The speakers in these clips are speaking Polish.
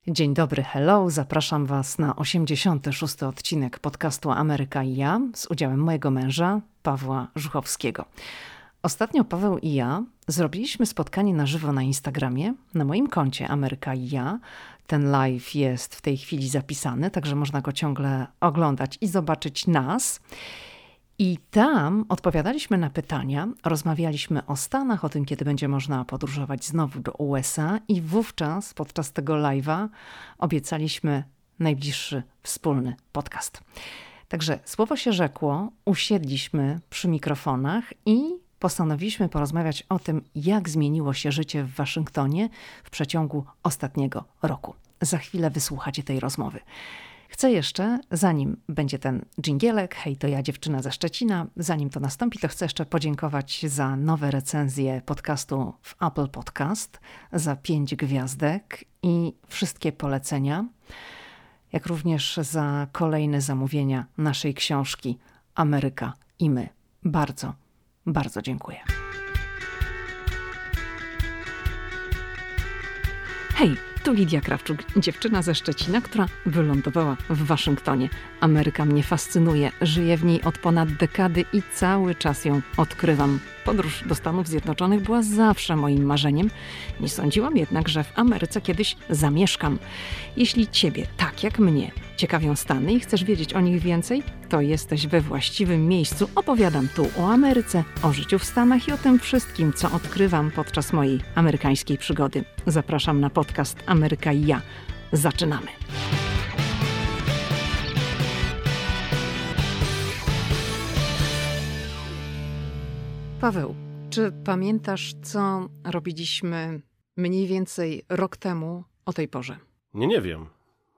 Dzień dobry, hello. Zapraszam Was na 86. odcinek podcastu Ameryka i ja z udziałem mojego męża, Pawła Żuchowskiego. Ostatnio Paweł i ja zrobiliśmy spotkanie na żywo na Instagramie, na moim koncie Ameryka i ja. Ten live jest w tej chwili zapisany, także można go ciągle oglądać i zobaczyć nas. I tam odpowiadaliśmy na pytania, rozmawialiśmy o Stanach, o tym, kiedy będzie można podróżować znowu do USA i wówczas podczas tego live'a obiecaliśmy najbliższy wspólny podcast. Także słowo się rzekło, usiedliśmy przy mikrofonach i postanowiliśmy porozmawiać o tym, jak zmieniło się życie w Waszyngtonie w przeciągu ostatniego roku. Za chwilę wysłuchacie tej rozmowy. Chcę jeszcze, zanim będzie ten dżingielek, hej, to ja dziewczyna ze Szczecina, zanim to nastąpi, to chcę jeszcze podziękować za nowe recenzje podcastu w Apple Podcast, za 5 gwiazdek i wszystkie polecenia, jak również za kolejne zamówienia naszej książki Ameryka i my. Bardzo, bardzo dziękuję. Hej, tu Lidia Krawczuk, dziewczyna ze Szczecina, która wylądowała w Waszyngtonie. Ameryka mnie fascynuje, żyję w niej od ponad dekady i cały czas ją odkrywam. Podróż do Stanów Zjednoczonych była zawsze moim marzeniem. Nie sądziłam jednak, że w Ameryce kiedyś zamieszkam. Jeśli Ciebie, tak jak mnie, ciekawią Stany i chcesz wiedzieć o nich więcej, to jesteś we właściwym miejscu. Opowiadam tu o Ameryce, o życiu w Stanach i o tym wszystkim, co odkrywam podczas mojej amerykańskiej przygody. Zapraszam na podcast Ameryka i ja. Zaczynamy! Paweł, czy pamiętasz, co robiliśmy mniej więcej rok temu o tej porze? Nie wiem.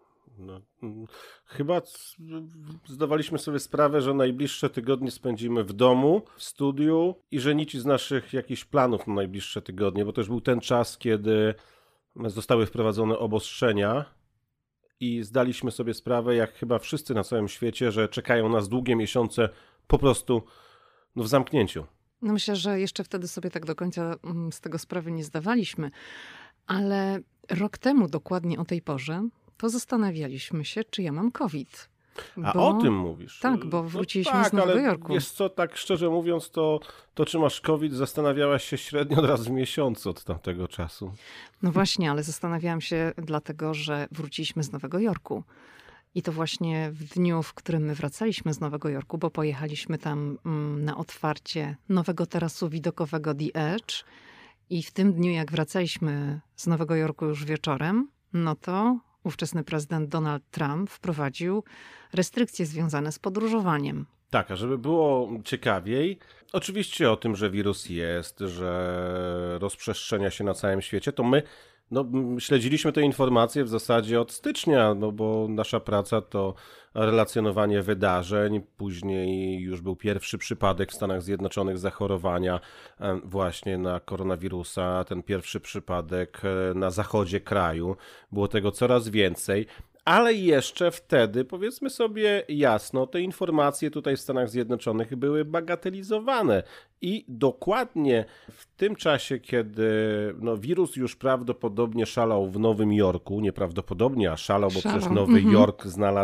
Chyba zdawaliśmy sobie sprawę, że najbliższe tygodnie spędzimy w domu, w studiu i że nic z naszych jakichś planów na najbliższe tygodnie, bo to już był ten czas, kiedy zostały wprowadzone obostrzenia i zdaliśmy sobie sprawę, jak chyba wszyscy na całym świecie, że czekają nas długie miesiące po prostu w zamknięciu. No myślę, że jeszcze wtedy sobie tak do końca z tego sprawy nie zdawaliśmy, ale rok temu dokładnie o tej porze to zastanawialiśmy się, czy ja mam COVID. A o tym mówisz? Tak, bo wróciliśmy z Nowego Jorku. Wiesz co, tak szczerze mówiąc, to czy masz COVID, zastanawiałaś się średnio raz w miesiącu od tamtego czasu. No właśnie, ale zastanawiałam się dlatego, że wróciliśmy z Nowego Jorku. I to właśnie w dniu, w którym my wracaliśmy z Nowego Jorku, bo pojechaliśmy tam na otwarcie nowego tarasu widokowego The Edge. I w tym dniu, jak wracaliśmy z Nowego Jorku już wieczorem, no to ówczesny prezydent Donald Trump wprowadził restrykcje związane z podróżowaniem. Tak, a żeby było ciekawiej, oczywiście o tym, że wirus jest, że rozprzestrzenia się na całym świecie, to my śledziliśmy te informacje w zasadzie od stycznia, bo nasza praca to relacjonowanie wydarzeń. Później już był pierwszy przypadek w Stanach Zjednoczonych zachorowania właśnie na koronawirusa. Ten pierwszy przypadek na zachodzie kraju. Było tego coraz więcej. Ale jeszcze wtedy, powiedzmy sobie jasno, te informacje tutaj w Stanach Zjednoczonych były bagatelizowane. I dokładnie w tym czasie, kiedy wirus już prawdopodobnie szalał w Nowym Jorku, nieprawdopodobnie, a szalał, bo przecież Nowy Jork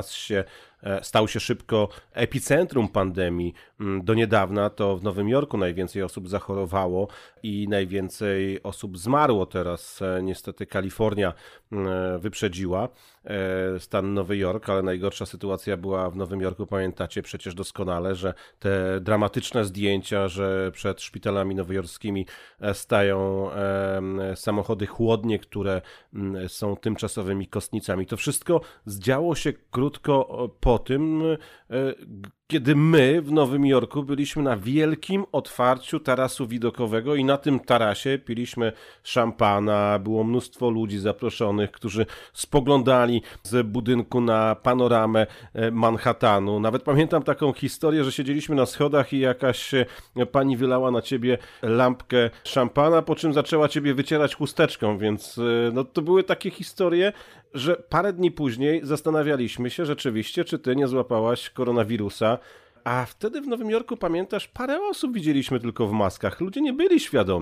stał się szybko epicentrum pandemii. Do niedawna to w Nowym Jorku najwięcej osób zachorowało i najwięcej osób zmarło. Teraz niestety Kalifornia wyprzedziła stan Nowy Jork, ale najgorsza sytuacja była w Nowym Jorku. Pamiętacie przecież doskonale, że te dramatyczne zdjęcia, że przed szpitalami nowojorskimi stają samochody chłodnie, które są tymczasowymi kostnicami. To wszystko zdziało się krótko po tym, kiedy my w Nowym Jorku byliśmy na wielkim otwarciu tarasu widokowego i na tym tarasie piliśmy szampana, było mnóstwo ludzi zaproszonych, którzy spoglądali z budynku na panoramę Manhattanu. Nawet pamiętam taką historię, że siedzieliśmy na schodach i jakaś pani wylała na ciebie lampkę szampana, po czym zaczęła ciebie wycierać chusteczką, więc to były takie historie, że parę dni później zastanawialiśmy się rzeczywiście, czy ty nie złapałaś koronawirusa, a wtedy w Nowym Jorku, pamiętasz, parę osób widzieliśmy tylko w maskach. Ludzie nie byli świadomi.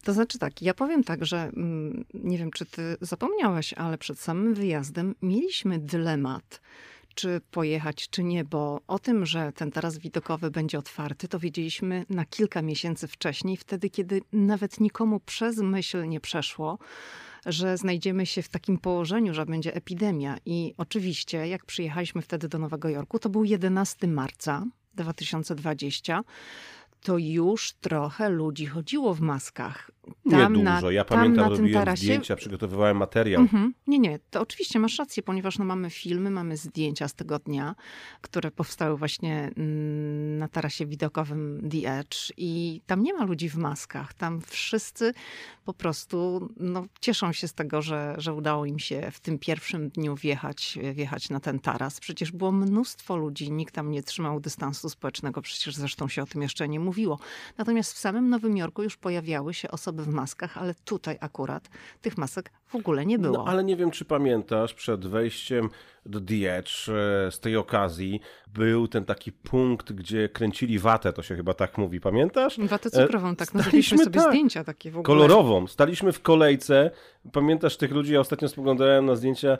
To znaczy tak, ja powiem tak, że nie wiem, czy ty zapomniałaś, ale przed samym wyjazdem mieliśmy dylemat, czy pojechać, czy nie, bo o tym, że ten taras widokowy będzie otwarty, to wiedzieliśmy na kilka miesięcy wcześniej, wtedy, kiedy nawet nikomu przez myśl nie przeszło, że znajdziemy się w takim położeniu, że będzie epidemia. I oczywiście, jak przyjechaliśmy wtedy do Nowego Jorku, to był 11 marca 2020, to już trochę ludzi chodziło w maskach. Niedużo. Ja pamiętam, robiłem tarasie... zdjęcia, przygotowywałem materiał. Nie, to oczywiście masz rację, ponieważ mamy filmy, mamy zdjęcia z tego dnia, które powstały właśnie na tarasie widokowym The Edge i tam nie ma ludzi w maskach. Tam wszyscy po prostu cieszą się z tego, że udało im się w tym pierwszym dniu wjechać na ten taras. Przecież było mnóstwo ludzi, nikt tam nie trzymał dystansu społecznego, przecież zresztą się o tym jeszcze nie mówiło. Natomiast w samym Nowym Jorku już pojawiały się osoby w maskach, ale tutaj akurat tych masek w ogóle nie było. No ale nie wiem, czy pamiętasz, przed wejściem do The Edge z tej okazji był ten taki punkt, gdzie kręcili watę, to się chyba tak mówi, pamiętasz? Watę cukrową, tak. Zrobiliśmy sobie zdjęcia takie w ogóle. Kolorową. Staliśmy w kolejce. Pamiętasz tych ludzi? Ja ostatnio spoglądałem na zdjęcia.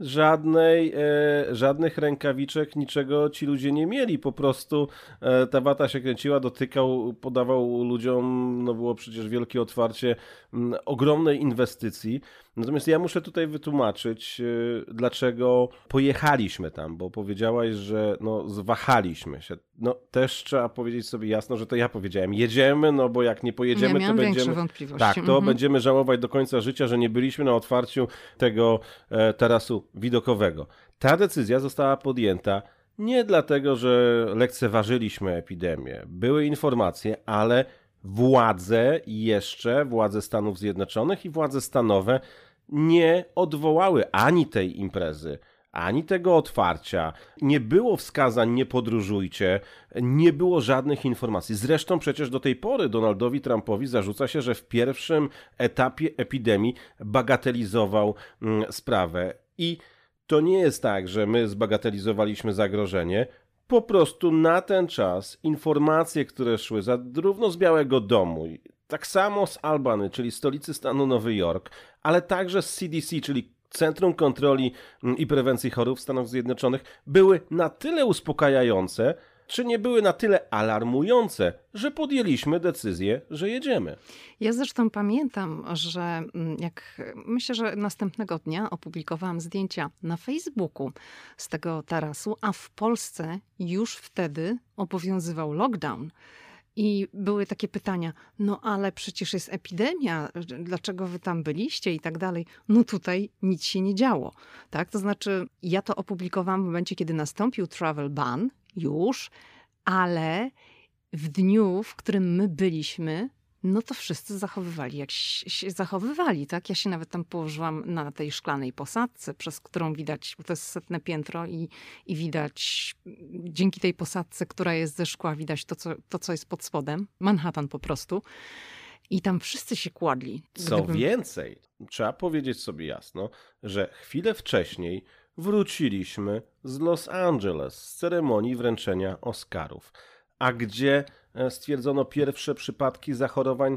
Żadnych rękawiczek, niczego ci ludzie nie mieli. Po prostu ta wata się kręciła, dotykał, podawał ludziom, było przecież wielkie otwarcie ogromnej inwestycji. Natomiast ja muszę tutaj wytłumaczyć, dlaczego pojechaliśmy tam, bo powiedziałaś, że zwahaliśmy się. Też trzeba powiedzieć sobie jasno, że to ja powiedziałem, jedziemy, bo jak nie pojedziemy, to będziemy... wątpliwości. Tak, to będziemy żałować do końca życia, że nie byliśmy na otwarciu tego tarasu widokowego. Ta decyzja została podjęta nie dlatego, że lekceważyliśmy epidemię. Były informacje, ale władze Stanów Zjednoczonych i władze stanowe nie odwołały ani tej imprezy, ani tego otwarcia. Nie było wskazań, nie podróżujcie, nie było żadnych informacji. Zresztą przecież do tej pory Donaldowi Trumpowi zarzuca się, że w pierwszym etapie epidemii bagatelizował sprawę. I to nie jest tak, że my zbagatelizowaliśmy zagrożenie. Po prostu na ten czas informacje, które szły zarówno z Białego Domu, tak samo z Albany, czyli stolicy stanu Nowy Jork, ale także z CDC, czyli Centrum Kontroli i Prewencji Chorób w Stanach Zjednoczonych, były na tyle uspokajające, czy nie były na tyle alarmujące, że podjęliśmy decyzję, że jedziemy. Ja zresztą pamiętam, że myślę, że następnego dnia opublikowałam zdjęcia na Facebooku z tego tarasu, a w Polsce już wtedy obowiązywał lockdown. I były takie pytania, ale przecież jest epidemia, dlaczego wy tam byliście i tak dalej. Tutaj nic się nie działo. Tak? To znaczy, ja to opublikowałam w momencie, kiedy nastąpił travel ban już, ale w dniu, w którym my byliśmy, to wszyscy zachowywali, jak się zachowywali, tak? Ja się nawet tam położyłam na tej szklanej posadzce, przez którą widać, bo to jest 100. piętro i widać, dzięki tej posadzce, która jest ze szkła, widać to, co jest pod spodem. Manhattan po prostu. I tam wszyscy się kładli. Co więcej, trzeba powiedzieć sobie jasno, że chwilę wcześniej wróciliśmy z Los Angeles z ceremonii wręczenia Oscarów, a gdzie stwierdzono pierwsze przypadki zachorowań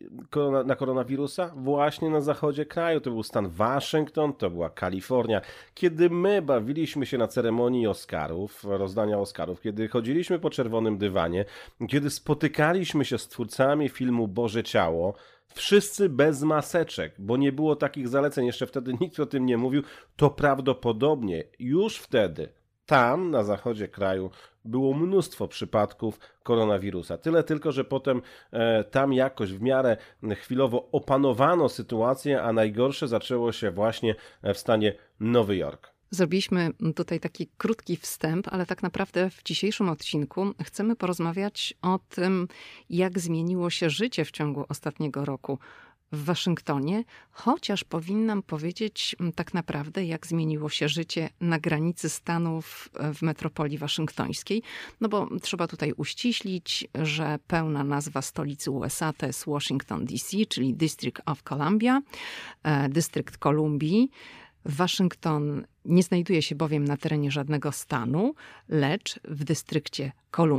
na koronawirusa? Właśnie na zachodzie kraju. To był stan Waszyngton, to była Kalifornia. Kiedy my bawiliśmy się na ceremonii Oscarów, rozdania Oscarów, kiedy chodziliśmy po czerwonym dywanie, kiedy spotykaliśmy się z twórcami filmu Boże Ciało, wszyscy bez maseczek, bo nie było takich zaleceń, jeszcze wtedy nikt o tym nie mówił, to prawdopodobnie już wtedy tam, na zachodzie kraju, było mnóstwo przypadków koronawirusa. Tyle tylko, że potem tam jakoś w miarę chwilowo opanowano sytuację, a najgorsze zaczęło się właśnie w stanie Nowy Jork. Zrobiliśmy tutaj taki krótki wstęp, ale tak naprawdę w dzisiejszym odcinku chcemy porozmawiać o tym, jak zmieniło się życie w ciągu ostatniego roku w Waszyngtonie, chociaż powinnam powiedzieć tak naprawdę, jak zmieniło się życie na granicy Stanów w metropolii waszyngtońskiej. Bo trzeba tutaj uściślić, że pełna nazwa stolicy USA to jest Washington DC, czyli District of Columbia, Dystrykt Kolumbii. Waszyngton nie znajduje się bowiem na terenie żadnego stanu, lecz w dystrykcie Kolumbii.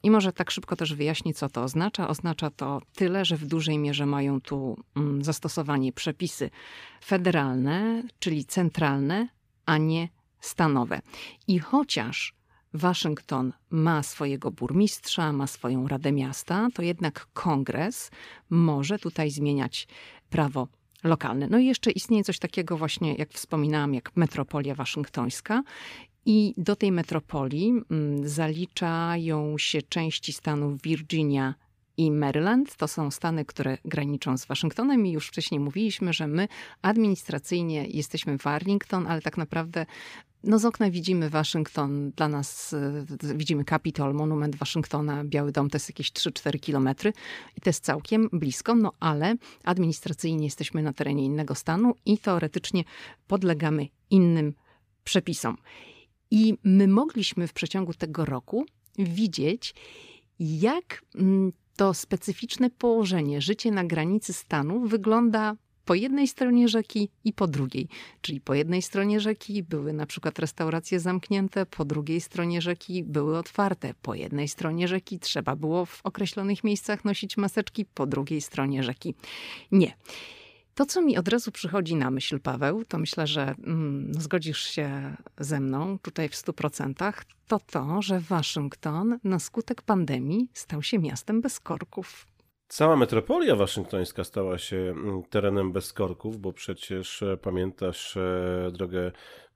I może tak szybko też wyjaśnię, co to oznacza. Oznacza to tyle, że w dużej mierze mają tu zastosowanie przepisy federalne, czyli centralne, a nie stanowe. I chociaż Waszyngton ma swojego burmistrza, ma swoją Radę Miasta, to jednak kongres może tutaj zmieniać prawo lokalne. No i jeszcze istnieje coś takiego właśnie, jak wspominałam, jak metropolia waszyngtońska. I do tej metropolii zaliczają się części stanów Virginia i Maryland. To są stany, które graniczą z Waszyngtonem i już wcześniej mówiliśmy, że my administracyjnie jesteśmy w Arlington, ale tak naprawdę z okna widzimy Waszyngton. Dla nas widzimy Capitol, monument Waszyngtona, Biały Dom to jest jakieś 3-4 kilometry i to jest całkiem blisko, ale administracyjnie jesteśmy na terenie innego stanu i teoretycznie podlegamy innym przepisom. I my mogliśmy w przeciągu tego roku widzieć, jak to specyficzne położenie, życie na granicy stanu wygląda po jednej stronie rzeki i po drugiej. Czyli po jednej stronie rzeki były na przykład restauracje zamknięte, po drugiej stronie rzeki były otwarte. Po jednej stronie rzeki trzeba było w określonych miejscach nosić maseczki, po drugiej stronie rzeki nie. To, co mi od razu przychodzi na myśl, Paweł, to myślę, że zgodzisz się ze mną tutaj w 100%, to, że Waszyngton na skutek pandemii stał się miastem bez korków. Cała metropolia waszyngtońska stała się terenem bez korków, bo przecież pamiętasz drogę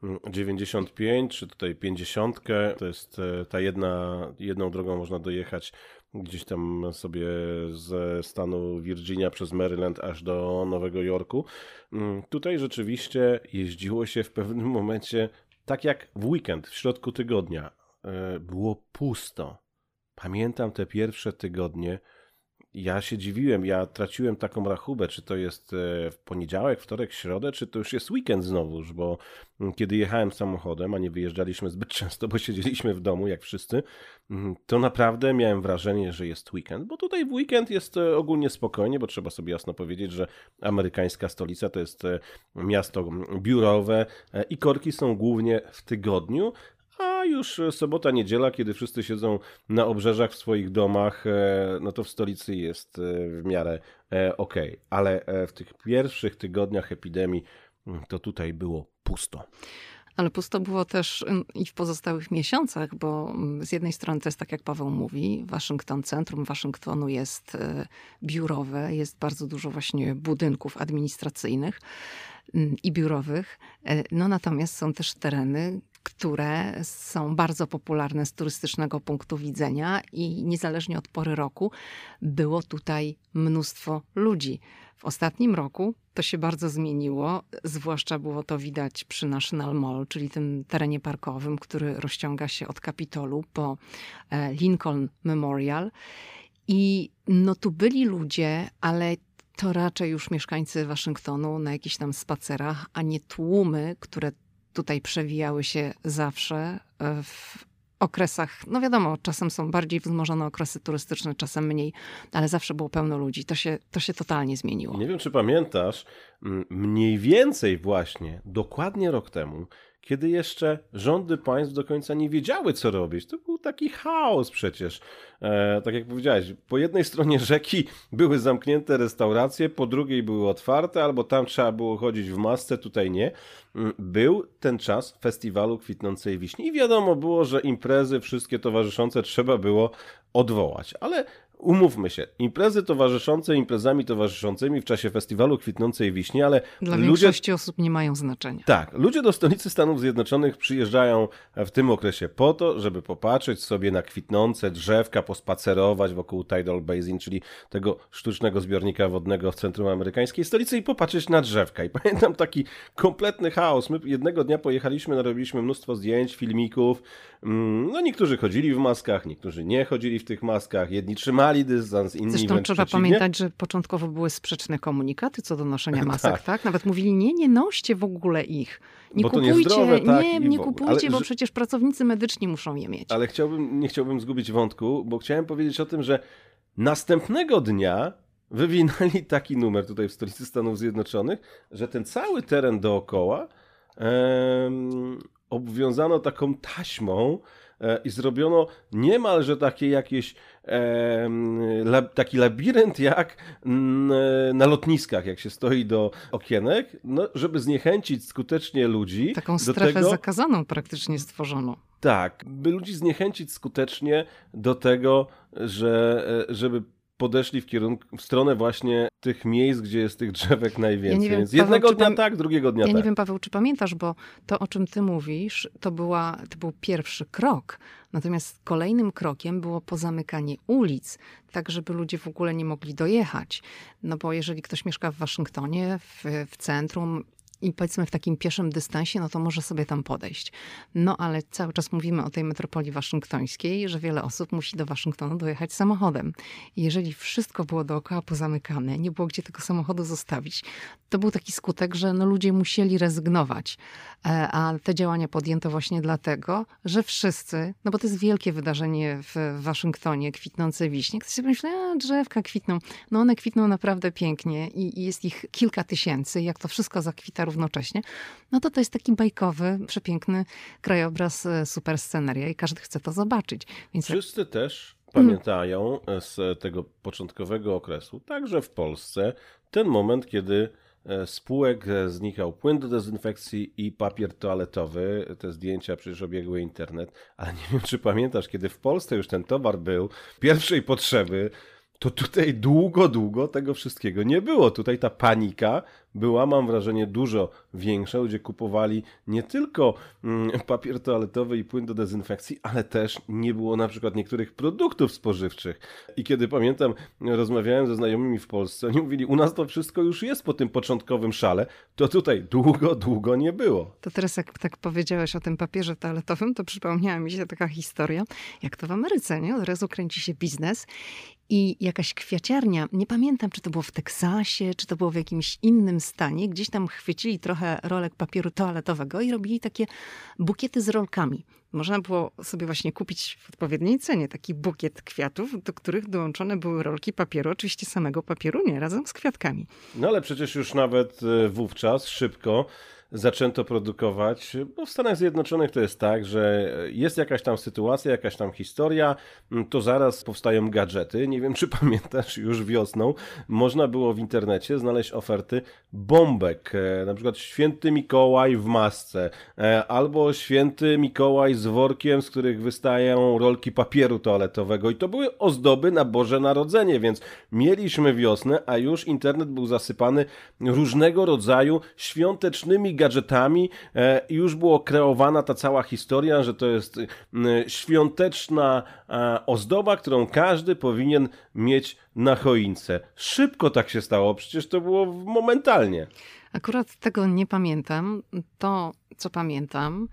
95, czy tutaj 50, to jest ta jedną drogą można dojechać gdzieś tam sobie ze stanu Virginia przez Maryland aż do Nowego Jorku. Tutaj rzeczywiście jeździło się w pewnym momencie tak jak w weekend, w środku tygodnia. Było pusto. Pamiętam te pierwsze tygodnie. Ja się dziwiłem, ja traciłem taką rachubę, czy to jest w poniedziałek, wtorek, środę, czy to już jest weekend znowuż, bo kiedy jechałem samochodem, a nie wyjeżdżaliśmy zbyt często, bo siedzieliśmy w domu jak wszyscy, to naprawdę miałem wrażenie, że jest weekend, bo tutaj w weekend jest ogólnie spokojnie, bo trzeba sobie jasno powiedzieć, że amerykańska stolica to jest miasto biurowe i korki są głównie w tygodniu, a już sobota, niedziela, kiedy wszyscy siedzą na obrzeżach w swoich domach, no to w stolicy jest w miarę okej. Ale w tych pierwszych tygodniach epidemii to tutaj było pusto. Ale pusto było też i w pozostałych miesiącach, bo z jednej strony to jest tak, jak Paweł mówi, Waszyngton, centrum Waszyngtonu jest biurowe, jest bardzo dużo właśnie budynków administracyjnych i biurowych. Natomiast są też tereny, które są bardzo popularne z turystycznego punktu widzenia i niezależnie od pory roku było tutaj mnóstwo ludzi. W ostatnim roku to się bardzo zmieniło, zwłaszcza było to widać przy National Mall, czyli tym terenie parkowym, który rozciąga się od Kapitolu po Lincoln Memorial. I tu byli ludzie, ale to raczej już mieszkańcy Waszyngtonu na jakichś tam spacerach, a nie tłumy, które tutaj przewijały się zawsze w okresach, wiadomo, czasem są bardziej wzmożone okresy turystyczne, czasem mniej, ale zawsze było pełno ludzi. To się totalnie zmieniło. Nie wiem, czy pamiętasz, mniej więcej właśnie, dokładnie rok temu, kiedy jeszcze rządy państw do końca nie wiedziały, co robić. To był taki chaos przecież. Tak jak powiedziałeś, po jednej stronie rzeki były zamknięte restauracje, po drugiej były otwarte, albo tam trzeba było chodzić w masce, tutaj nie. Był ten czas festiwalu kwitnącej wiśni i wiadomo było, że imprezy wszystkie towarzyszące trzeba było odwołać, ale umówmy się, imprezy towarzyszące imprezami towarzyszącymi w czasie festiwalu kwitnącej wiśni, ale dla większości osób nie mają znaczenia. Tak, ludzie do stolicy Stanów Zjednoczonych przyjeżdżają w tym okresie po to, żeby popatrzeć sobie na kwitnące drzewka, pospacerować wokół Tidal Basin, czyli tego sztucznego zbiornika wodnego w centrum amerykańskiej stolicy i popatrzeć na drzewka. I pamiętam taki kompletny chaos. My jednego dnia pojechaliśmy, narobiliśmy mnóstwo zdjęć, filmików. Niektórzy chodzili w maskach, niektórzy nie chodzili w tych maskach, jedni trzymali dystans, inni Zresztą wręcz trzeba przeciwnie. Pamiętać, że początkowo były sprzeczne komunikaty co do noszenia masek, tak? Nawet mówili, nie noście w ogóle ich. Nie bo kupujcie, to niezdrowe, tak, nie kupujcie, bo przecież pracownicy medyczni muszą je mieć. Ale nie chciałbym zgubić wątku, bo chciałem powiedzieć o tym, że następnego dnia wywinęli taki numer tutaj w stolicy Stanów Zjednoczonych, że ten cały teren dookoła obwiązano taką taśmą i zrobiono niemalże takie jakieś taki labirynt jak na lotniskach, jak się stoi do okienek, no, żeby zniechęcić skutecznie ludzi Taką do strefę tego, zakazaną praktycznie stworzono. tak, by ludzi zniechęcić skutecznie do tego, żeby podeszli w stronę właśnie tych miejsc, gdzie jest tych drzewek najwięcej. Ja wiem, Więc Paweł, jednego dnia tak, drugiego dnia ja tak. nie wiem, Paweł, czy pamiętasz, bo to, o czym ty mówisz, to był pierwszy krok. Natomiast kolejnym krokiem było pozamykanie ulic, tak żeby ludzie w ogóle nie mogli dojechać. No bo jeżeli ktoś mieszka w Waszyngtonie, w centrum, i powiedzmy w takim pieszym dystansie, no to może sobie tam podejść. No ale cały czas mówimy o tej metropolii waszyngtońskiej, że wiele osób musi do Waszyngtonu dojechać samochodem. I jeżeli wszystko było dookoła pozamykane, nie było gdzie tego samochodu zostawić, to był taki skutek, że no ludzie musieli rezygnować. A te działania podjęto właśnie dlatego, że wszyscy, no bo to jest wielkie wydarzenie w Waszyngtonie, kwitnące wiśnie. Ktoś sobie myśli, a drzewka kwitną. No one kwitną naprawdę pięknie i jest ich kilka tysięcy. Jak to wszystko zakwita równocześnie, no to jest taki bajkowy, przepiękny krajobraz, super sceneria i każdy chce to zobaczyć. Więc Wszyscy też pamiętają z tego początkowego okresu, także w Polsce, ten moment, kiedy z spółek znikał płyn do dezynfekcji i papier toaletowy. Te zdjęcia przecież obiegły internet, ale nie wiem, czy pamiętasz, kiedy w Polsce już ten towar był pierwszej potrzeby, to tutaj długo tego wszystkiego nie było. Tutaj ta panika była, mam wrażenie, dużo większa. Ludzie kupowali nie tylko papier toaletowy i płyn do dezynfekcji, ale też nie było na przykład niektórych produktów spożywczych. I kiedy pamiętam, rozmawiałem ze znajomymi w Polsce, oni mówili, u nas to wszystko już jest po tym początkowym szale, to tutaj długo nie było. To teraz jak tak powiedziałeś o tym papierze toaletowym, to przypomniała mi się taka historia, jak to w Ameryce, nie? Od razu kręci się biznes i jakaś kwiaciarnia, nie pamiętam, czy to było w Teksasie, czy to było w jakimś innym stanie, gdzieś tam chwycili trochę rolek papieru toaletowego i robili takie bukiety z rolkami. Można było sobie właśnie kupić w odpowiedniej cenie taki bukiet kwiatów, do których dołączone były rolki papieru, oczywiście samego papieru, nie, razem z kwiatkami. No ale przecież już nawet wówczas szybko zaczęto produkować, bo w Stanach Zjednoczonych to jest tak, że jest jakaś tam sytuacja, jakaś tam historia, to zaraz powstają gadżety. Nie wiem, czy pamiętasz, już wiosną można było w internecie znaleźć oferty bombek, na przykład Święty Mikołaj w masce, albo Święty Mikołaj z workiem, z których wystają rolki papieru toaletowego i to były ozdoby na Boże Narodzenie, więc mieliśmy wiosnę, a już internet był zasypany różnego rodzaju świątecznymi gadżetami i już było kreowana ta cała historia, że to jest świąteczna ozdoba, którą każdy powinien mieć na choince. Szybko tak się stało, przecież to było momentalnie. Akurat tego nie pamiętam. To, co pamiętam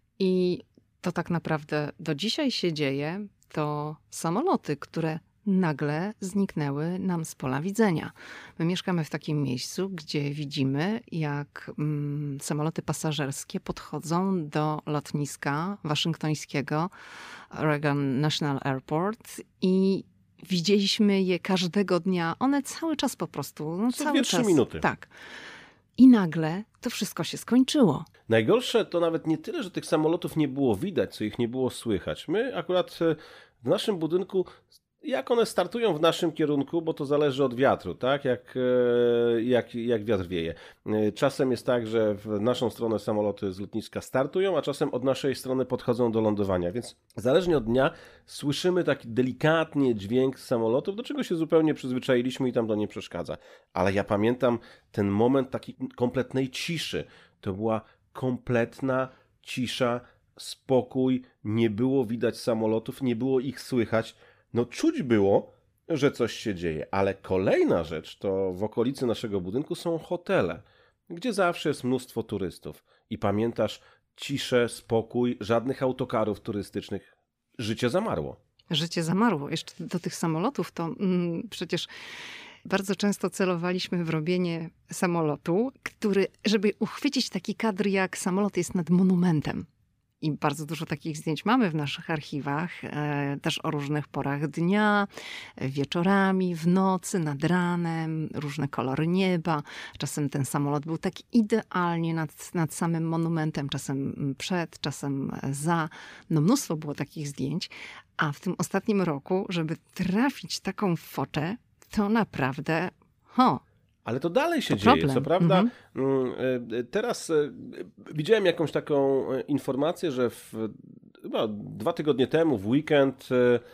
i to tak naprawdę do dzisiaj się dzieje, to samoloty, które nagle zniknęły nam z pola widzenia. My mieszkamy w takim miejscu, gdzie widzimy, jak samoloty pasażerskie podchodzą do lotniska waszyngtońskiego Reagan National Airport i widzieliśmy je każdego dnia. One cały czas po prostu. No, Co cały 2-3 czas. minuty. Tak. I nagle to wszystko się skończyło. Najgorsze to nawet nie tyle, że tych samolotów nie było widać, co ich nie było słychać. My akurat w naszym budynku, jak one startują w naszym kierunku, bo to zależy od wiatru, tak? Jak wiatr wieje. Czasem jest tak, że w naszą stronę samoloty z lotniska startują, a czasem od naszej strony podchodzą do lądowania, więc zależnie od dnia słyszymy taki delikatnie dźwięk z samolotów, do czego się zupełnie przyzwyczailiśmy i tam to nie przeszkadza. Ale ja pamiętam ten moment takiej kompletnej ciszy. To była kompletna cisza, spokój, nie było widać samolotów, nie było ich słychać. No czuć było, że coś się dzieje, ale kolejna rzecz to w okolicy naszego budynku są hotele, gdzie zawsze jest mnóstwo turystów. I pamiętasz ciszę, spokój, żadnych autokarów turystycznych. Życie zamarło. Życie zamarło. Jeszcze do tych samolotów to przecież bardzo często celowaliśmy w robienie samolotu, który, żeby uchwycić taki kadr, jak samolot jest nad monumentem. I bardzo dużo takich zdjęć mamy w naszych archiwach, też o różnych porach dnia, wieczorami, w nocy, nad ranem, różne kolory nieba. Czasem ten samolot był tak idealnie nad samym monumentem, czasem przed, czasem za. No mnóstwo było takich zdjęć, a w tym ostatnim roku, żeby trafić taką fotę, to naprawdę, Ale to dalej się dzieje. problem. Co prawda, teraz widziałem jakąś taką informację, że chyba 2 tygodnie temu, w weekend,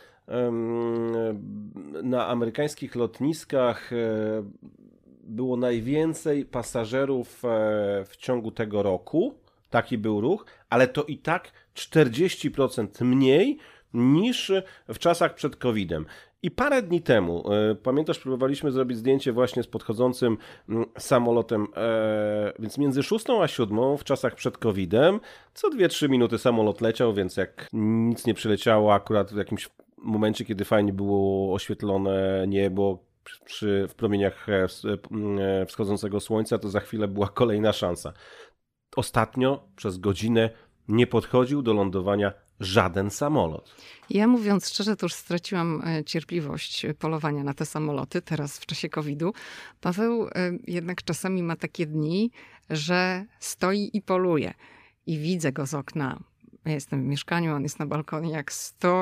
na amerykańskich lotniskach było najwięcej pasażerów w ciągu tego roku. Taki był ruch, ale to i tak 40% mniej niż w czasach przed COVID-em. I parę dni temu, pamiętasz, próbowaliśmy zrobić zdjęcie właśnie z podchodzącym samolotem, więc między 6 a 7 w czasach przed COVID-em, co 2-3 minuty samolot leciał, więc jak nic nie przyleciało akurat w jakimś momencie, kiedy fajnie było oświetlone niebo w promieniach wschodzącego słońca, to za chwilę była kolejna szansa. Ostatnio przez godzinę nie podchodził do lądowania żaden samolot. Ja mówiąc szczerze, to już straciłam cierpliwość polowania na te samoloty teraz w czasie COVID-u. Paweł jednak czasami ma takie dni, że stoi i poluje. I widzę go z okna. Ja jestem w mieszkaniu, on jest na balkonie, jak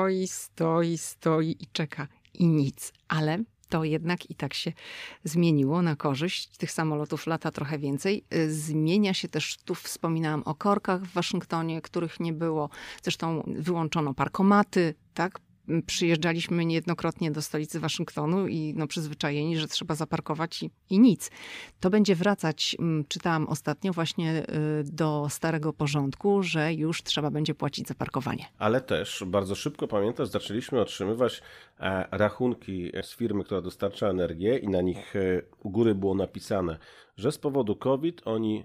stoi i czeka. I nic. Ale to jednak i tak się zmieniło na korzyść. Tych samolotów lata trochę więcej. Zmienia się też, tu wspominałam o korkach w Waszyngtonie, których nie było. Zresztą wyłączono parkomaty, tak? Przyjeżdżaliśmy niejednokrotnie do stolicy Waszyngtonu i przyzwyczajeni, że trzeba zaparkować i nic. To będzie wracać, czytałam ostatnio, właśnie do starego porządku, że już trzeba będzie płacić za parkowanie. Ale też bardzo szybko, pamiętasz, zaczęliśmy otrzymywać rachunki z firmy, która dostarcza energię i na nich u góry było napisane, że z powodu COVID oni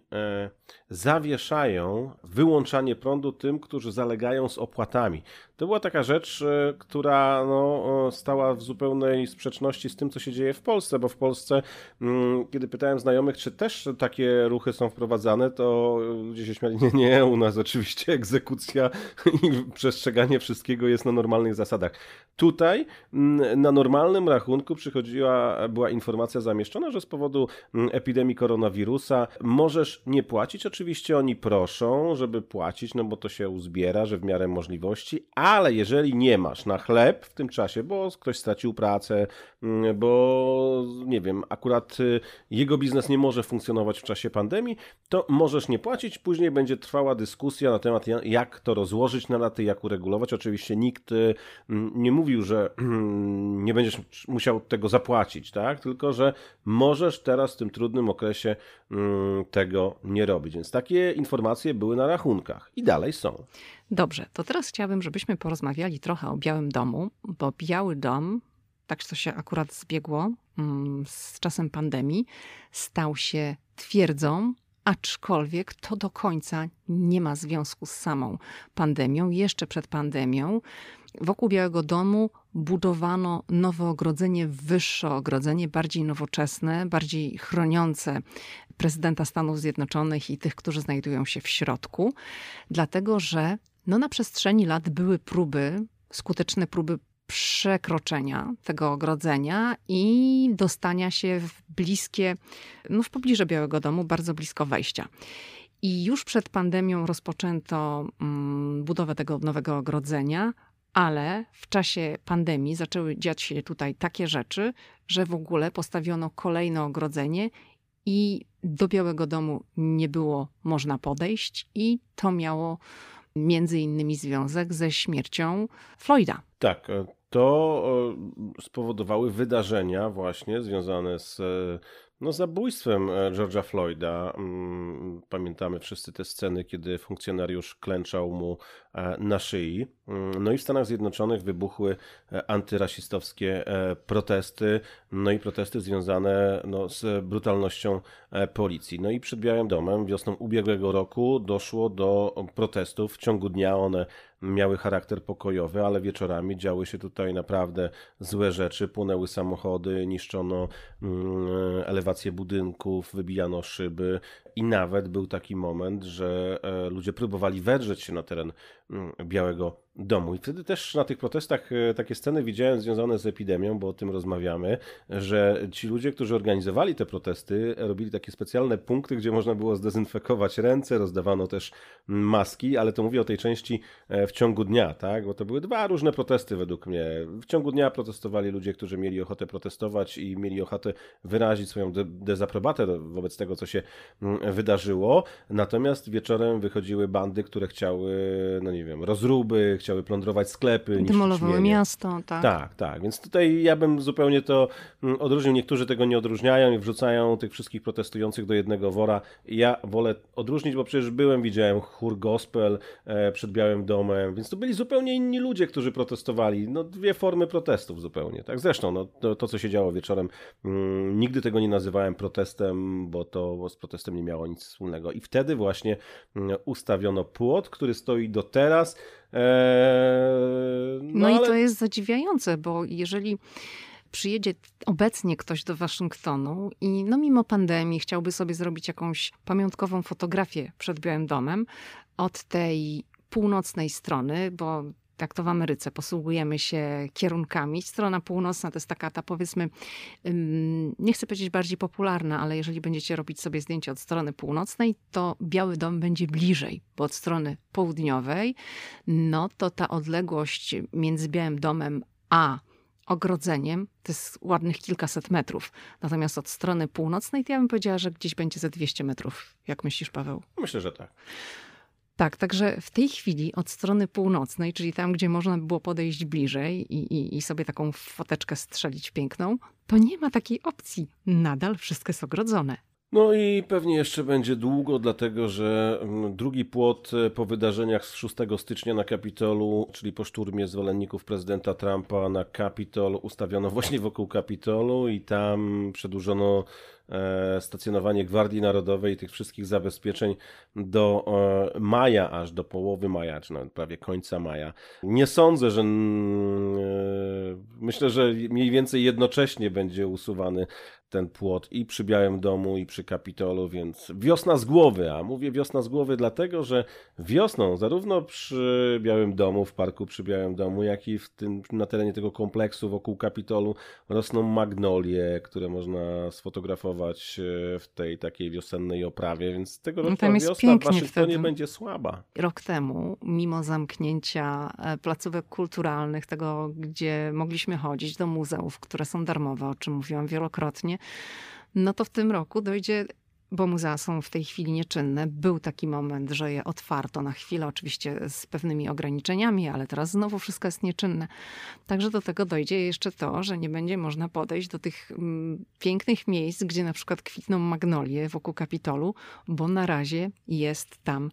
zawieszają wyłączanie prądu tym, którzy zalegają z opłatami. To była taka rzecz, która stała w zupełnej sprzeczności z tym, co się dzieje w Polsce, bo w Polsce, kiedy pytałem znajomych, czy też takie ruchy są wprowadzane, to ludzie się śmiali, nie, u nas oczywiście egzekucja i przestrzeganie wszystkiego jest na normalnych zasadach. Tutaj na normalnym rachunku była informacja zamieszczona, że z powodu epidemii koronawirusa możesz nie płacić. Oczywiście oni proszą, żeby płacić, bo to się uzbiera, że w miarę możliwości, ale jeżeli nie masz na chleb w tym czasie, bo ktoś stracił pracę, bo nie wiem, akurat jego biznes nie może funkcjonować w czasie pandemii, to możesz nie płacić. Później będzie trwała dyskusja na temat, jak to rozłożyć na laty, jak uregulować. Oczywiście nikt nie mówił, że nie będziesz musiał tego zapłacić, tak? Tylko że możesz teraz w tym trudnym okresie tego nie robić. Więc takie informacje były na rachunkach i dalej są. Dobrze, to teraz chciałabym, żebyśmy porozmawiali trochę o Białym Domu, bo Biały Dom, tak to się akurat zbiegło z czasem pandemii, stał się twierdzą, aczkolwiek to do końca nie ma związku z samą pandemią. Jeszcze przed pandemią wokół Białego Domu budowano nowe ogrodzenie, wyższe ogrodzenie, bardziej nowoczesne, bardziej chroniące prezydenta Stanów Zjednoczonych i tych, którzy znajdują się w środku. Dlatego, że na przestrzeni lat były skuteczne próby przekroczenia tego ogrodzenia i dostania się w pobliże Białego Domu, bardzo blisko wejścia. I już przed pandemią rozpoczęto budowę tego nowego ogrodzenia, ale w czasie pandemii zaczęły dziać się tutaj takie rzeczy, że w ogóle postawiono kolejne ogrodzenie i do Białego Domu nie było można podejść i to miało między innymi związek ze śmiercią Floyda. Tak, to spowodowały wydarzenia właśnie związane z zabójstwem George'a Floyda. Pamiętamy wszyscy te sceny, kiedy funkcjonariusz klęczał mu na szyi. I w Stanach Zjednoczonych wybuchły antyrasistowskie protesty, i protesty związane z brutalnością policji. I przed Białym Domem wiosną ubiegłego roku doszło do protestów. W ciągu dnia one miały charakter pokojowy, ale wieczorami działy się tutaj naprawdę złe rzeczy. Płonęły samochody, niszczono elewacje budynków, wybijano szyby i nawet był taki moment, że ludzie próbowali wedrzeć się na teren Białego Domu. I wtedy też na tych protestach takie sceny widziałem związane z epidemią, bo o tym rozmawiamy, że ci ludzie, którzy organizowali te protesty, robili takie specjalne punkty, gdzie można było zdezynfekować ręce, rozdawano też maski, ale to mówię o tej części w ciągu dnia, tak? Bo to były dwa różne protesty według mnie. W ciągu dnia protestowali ludzie, którzy mieli ochotę protestować i mieli ochotę wyrazić swoją dezaprobatę wobec tego, co się wydarzyło. Natomiast wieczorem wychodziły bandy, które chciały, no nie wiem, rozruby, chciały plądrować sklepy, demolowały miasto, tak. Tak. Więc tutaj ja bym zupełnie to odróżnił. Niektórzy tego nie odróżniają i wrzucają tych wszystkich protestujących do jednego wora. Ja wolę odróżnić, bo przecież widziałem chór gospel przed Białym Domem, więc to byli zupełnie inni ludzie, którzy protestowali. No dwie formy protestów zupełnie, tak. Zresztą no, to co się działo wieczorem, nigdy tego nie nazywałem protestem, bo to z protestem nie miało nic wspólnego. I wtedy właśnie ustawiono płot, który stoi do teraz. No i to jest zadziwiające, bo jeżeli przyjedzie obecnie ktoś do Waszyngtonu i no mimo pandemii chciałby sobie zrobić jakąś pamiątkową fotografię przed Białym Domem od tej północnej strony, bo tak to w Ameryce posługujemy się kierunkami. Strona północna to jest taka ta, powiedzmy, nie chcę powiedzieć bardziej popularna, ale jeżeli będziecie robić sobie zdjęcie od strony północnej, to Biały Dom będzie bliżej, bo od strony południowej, no to ta odległość między Białym Domem a ogrodzeniem to jest ładnych kilkaset metrów. Natomiast od strony północnej to ja bym powiedziała, że gdzieś będzie ze 200 metrów. Jak myślisz, Paweł? Myślę, że tak. Tak, także w tej chwili od strony północnej, czyli tam, gdzie można by było podejść bliżej i sobie taką foteczkę strzelić piękną, to nie ma takiej opcji. Nadal wszystko jest ogrodzone. No i pewnie jeszcze będzie długo, dlatego że drugi płot po wydarzeniach z 6 stycznia na Kapitolu, czyli po szturmie zwolenników prezydenta Trumpa na Kapitol, ustawiono właśnie wokół Kapitolu i tam przedłużono stacjonowanie Gwardii Narodowej i tych wszystkich zabezpieczeń do maja, aż do połowy maja, czy nawet prawie końca maja. Nie sądzę, że myślę, że mniej więcej jednocześnie będzie usuwany ten płot i przy Białym Domu, i przy Kapitolu, więc wiosna z głowy, a mówię wiosna z głowy dlatego, że wiosną zarówno przy Białym Domu, w parku przy Białym Domu, jak i na terenie tego kompleksu wokół Kapitolu rosną magnolie, które można sfotografować w tej takiej wiosennej oprawie, więc tegoroczna wiosna w Waszyngtonie będzie słaba. Rok temu, mimo zamknięcia placówek kulturalnych, tego, gdzie mogliśmy chodzić do muzeów, które są darmowe, o czym mówiłam wielokrotnie, no to w tym roku dojdzie, bo muzea są w tej chwili nieczynne. Był taki moment, że je otwarto na chwilę, oczywiście z pewnymi ograniczeniami, ale teraz znowu wszystko jest nieczynne. Także do tego dojdzie jeszcze to, że nie będzie można podejść do tych pięknych miejsc, gdzie na przykład kwitną magnolie wokół Kapitolu, bo na razie jest tam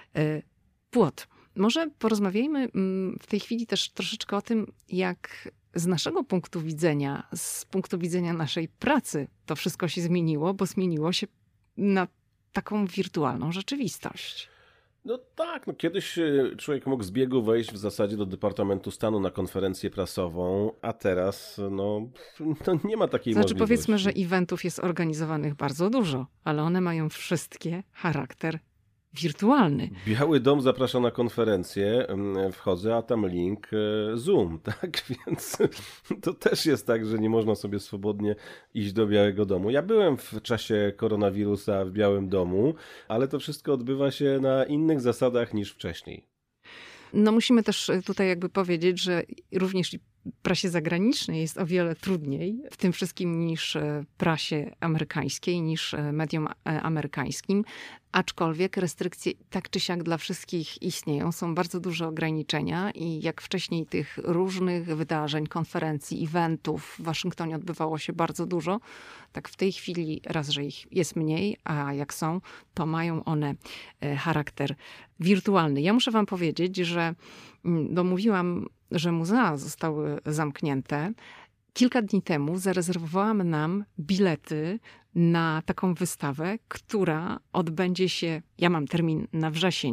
płot. Może porozmawiajmy w tej chwili też troszeczkę o tym, jak z naszego punktu widzenia, z punktu widzenia naszej pracy to wszystko się zmieniło, bo zmieniło się na taką wirtualną rzeczywistość. No tak, kiedyś człowiek mógł z biegu wejść w zasadzie do Departamentu Stanu na konferencję prasową, a teraz no nie ma takiej możliwości. Powiedzmy, że eventów jest organizowanych bardzo dużo, ale one mają wszystkie charakter wirtualny. Biały Dom zaprasza na konferencję, wchodzę, a tam link Zoom, tak? Więc to też jest tak, że nie można sobie swobodnie iść do Białego Domu. Ja byłem w czasie koronawirusa w Białym Domu, ale to wszystko odbywa się na innych zasadach niż wcześniej. No musimy też tutaj jakby powiedzieć, że również prasie zagranicznej jest o wiele trudniej w tym wszystkim niż prasie amerykańskiej, niż mediom amerykańskim. Aczkolwiek restrykcje tak czy siak dla wszystkich istnieją. Są bardzo duże ograniczenia i jak wcześniej tych różnych wydarzeń, konferencji, eventów w Waszyngtonie odbywało się bardzo dużo, tak w tej chwili raz, że ich jest mniej, a jak są, to mają one charakter wirtualny. Ja muszę wam powiedzieć, że mówiłam, że muzea zostały zamknięte. Kilka dni temu zarezerwowałam nam bilety na taką wystawę, która odbędzie się, ja mam termin na wrzesień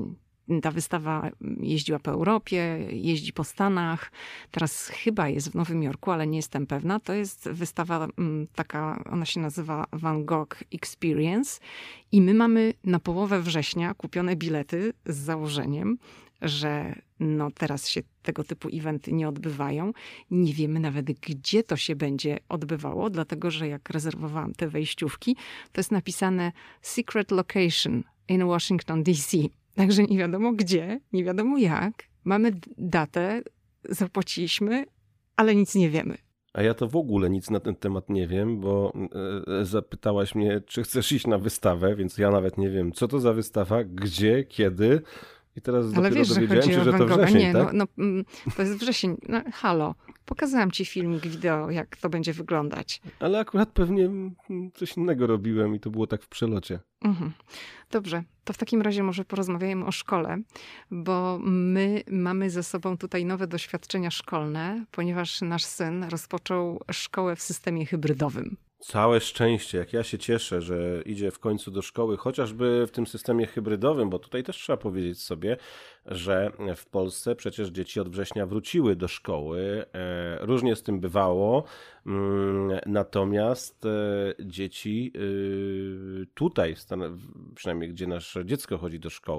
Ta wystawa jeździła po Europie, jeździ po Stanach. Teraz chyba jest w Nowym Jorku, ale nie jestem pewna. To jest wystawa taka, ona się nazywa Van Gogh Experience. I my mamy na połowę września kupione bilety z założeniem, że no teraz się tego typu eventy nie odbywają. Nie wiemy nawet, gdzie to się będzie odbywało, dlatego że jak rezerwowałam te wejściówki, to jest napisane Secret Location in Washington DC. Także nie wiadomo gdzie, nie wiadomo jak. Mamy datę, zapłaciliśmy, ale nic nie wiemy. A ja to w ogóle nic na ten temat nie wiem, bo zapytałaś mnie, czy chcesz iść na wystawę, więc ja nawet nie wiem, co to za wystawa, gdzie, kiedy. I teraz Ale dopiero wiesz, dowiedziałem się, że to wrzesień, nie, tak? to jest wrzesień. No, halo, pokazałam ci filmik, wideo, jak to będzie wyglądać. Ale akurat pewnie coś innego robiłem i to było tak w przelocie. Mhm. Dobrze, to w takim razie może porozmawiajmy o szkole, bo my mamy ze sobą tutaj nowe doświadczenia szkolne, ponieważ nasz syn rozpoczął szkołę w systemie hybrydowym. Całe szczęście, jak ja się cieszę, że idzie w końcu do szkoły, chociażby w tym systemie hybrydowym, bo tutaj też trzeba powiedzieć sobie, że w Polsce przecież dzieci od września wróciły do szkoły. Różnie z tym bywało, natomiast dzieci tutaj, przynajmniej gdzie nasze dziecko chodzi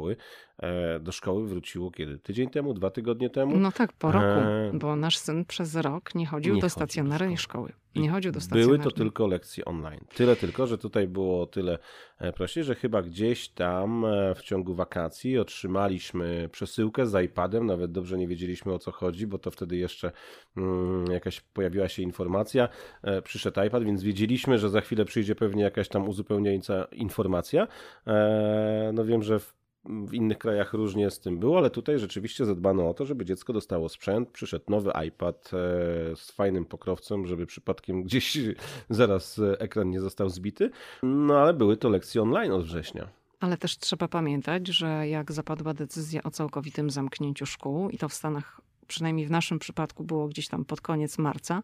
do szkoły wróciło kiedy? Tydzień temu, 2 tygodnie temu? No tak, po roku, bo nasz syn przez rok nie chodził do stacjonarnej szkoły. Nie chodził do stacjonarnej. Były to tylko lekcje online. Tyle tylko, że tutaj było tyle prościej, że chyba gdzieś tam w ciągu wakacji otrzymaliśmy przesyłkę z iPadem, nawet dobrze nie wiedzieliśmy, o co chodzi, bo to wtedy jeszcze jakaś pojawiła się informacja, przyszedł iPad, więc wiedzieliśmy, że za chwilę przyjdzie pewnie jakaś tam uzupełniająca informacja. No wiem, że w innych krajach różnie z tym było, ale tutaj rzeczywiście zadbano o to, żeby dziecko dostało sprzęt, przyszedł nowy iPad z fajnym pokrowcem, żeby przypadkiem gdzieś zaraz ekran nie został zbity, no ale były to lekcje online od września. Ale też trzeba pamiętać, że jak zapadła decyzja o całkowitym zamknięciu szkół, i to w Stanach, przynajmniej w naszym przypadku, było gdzieś tam pod koniec marca,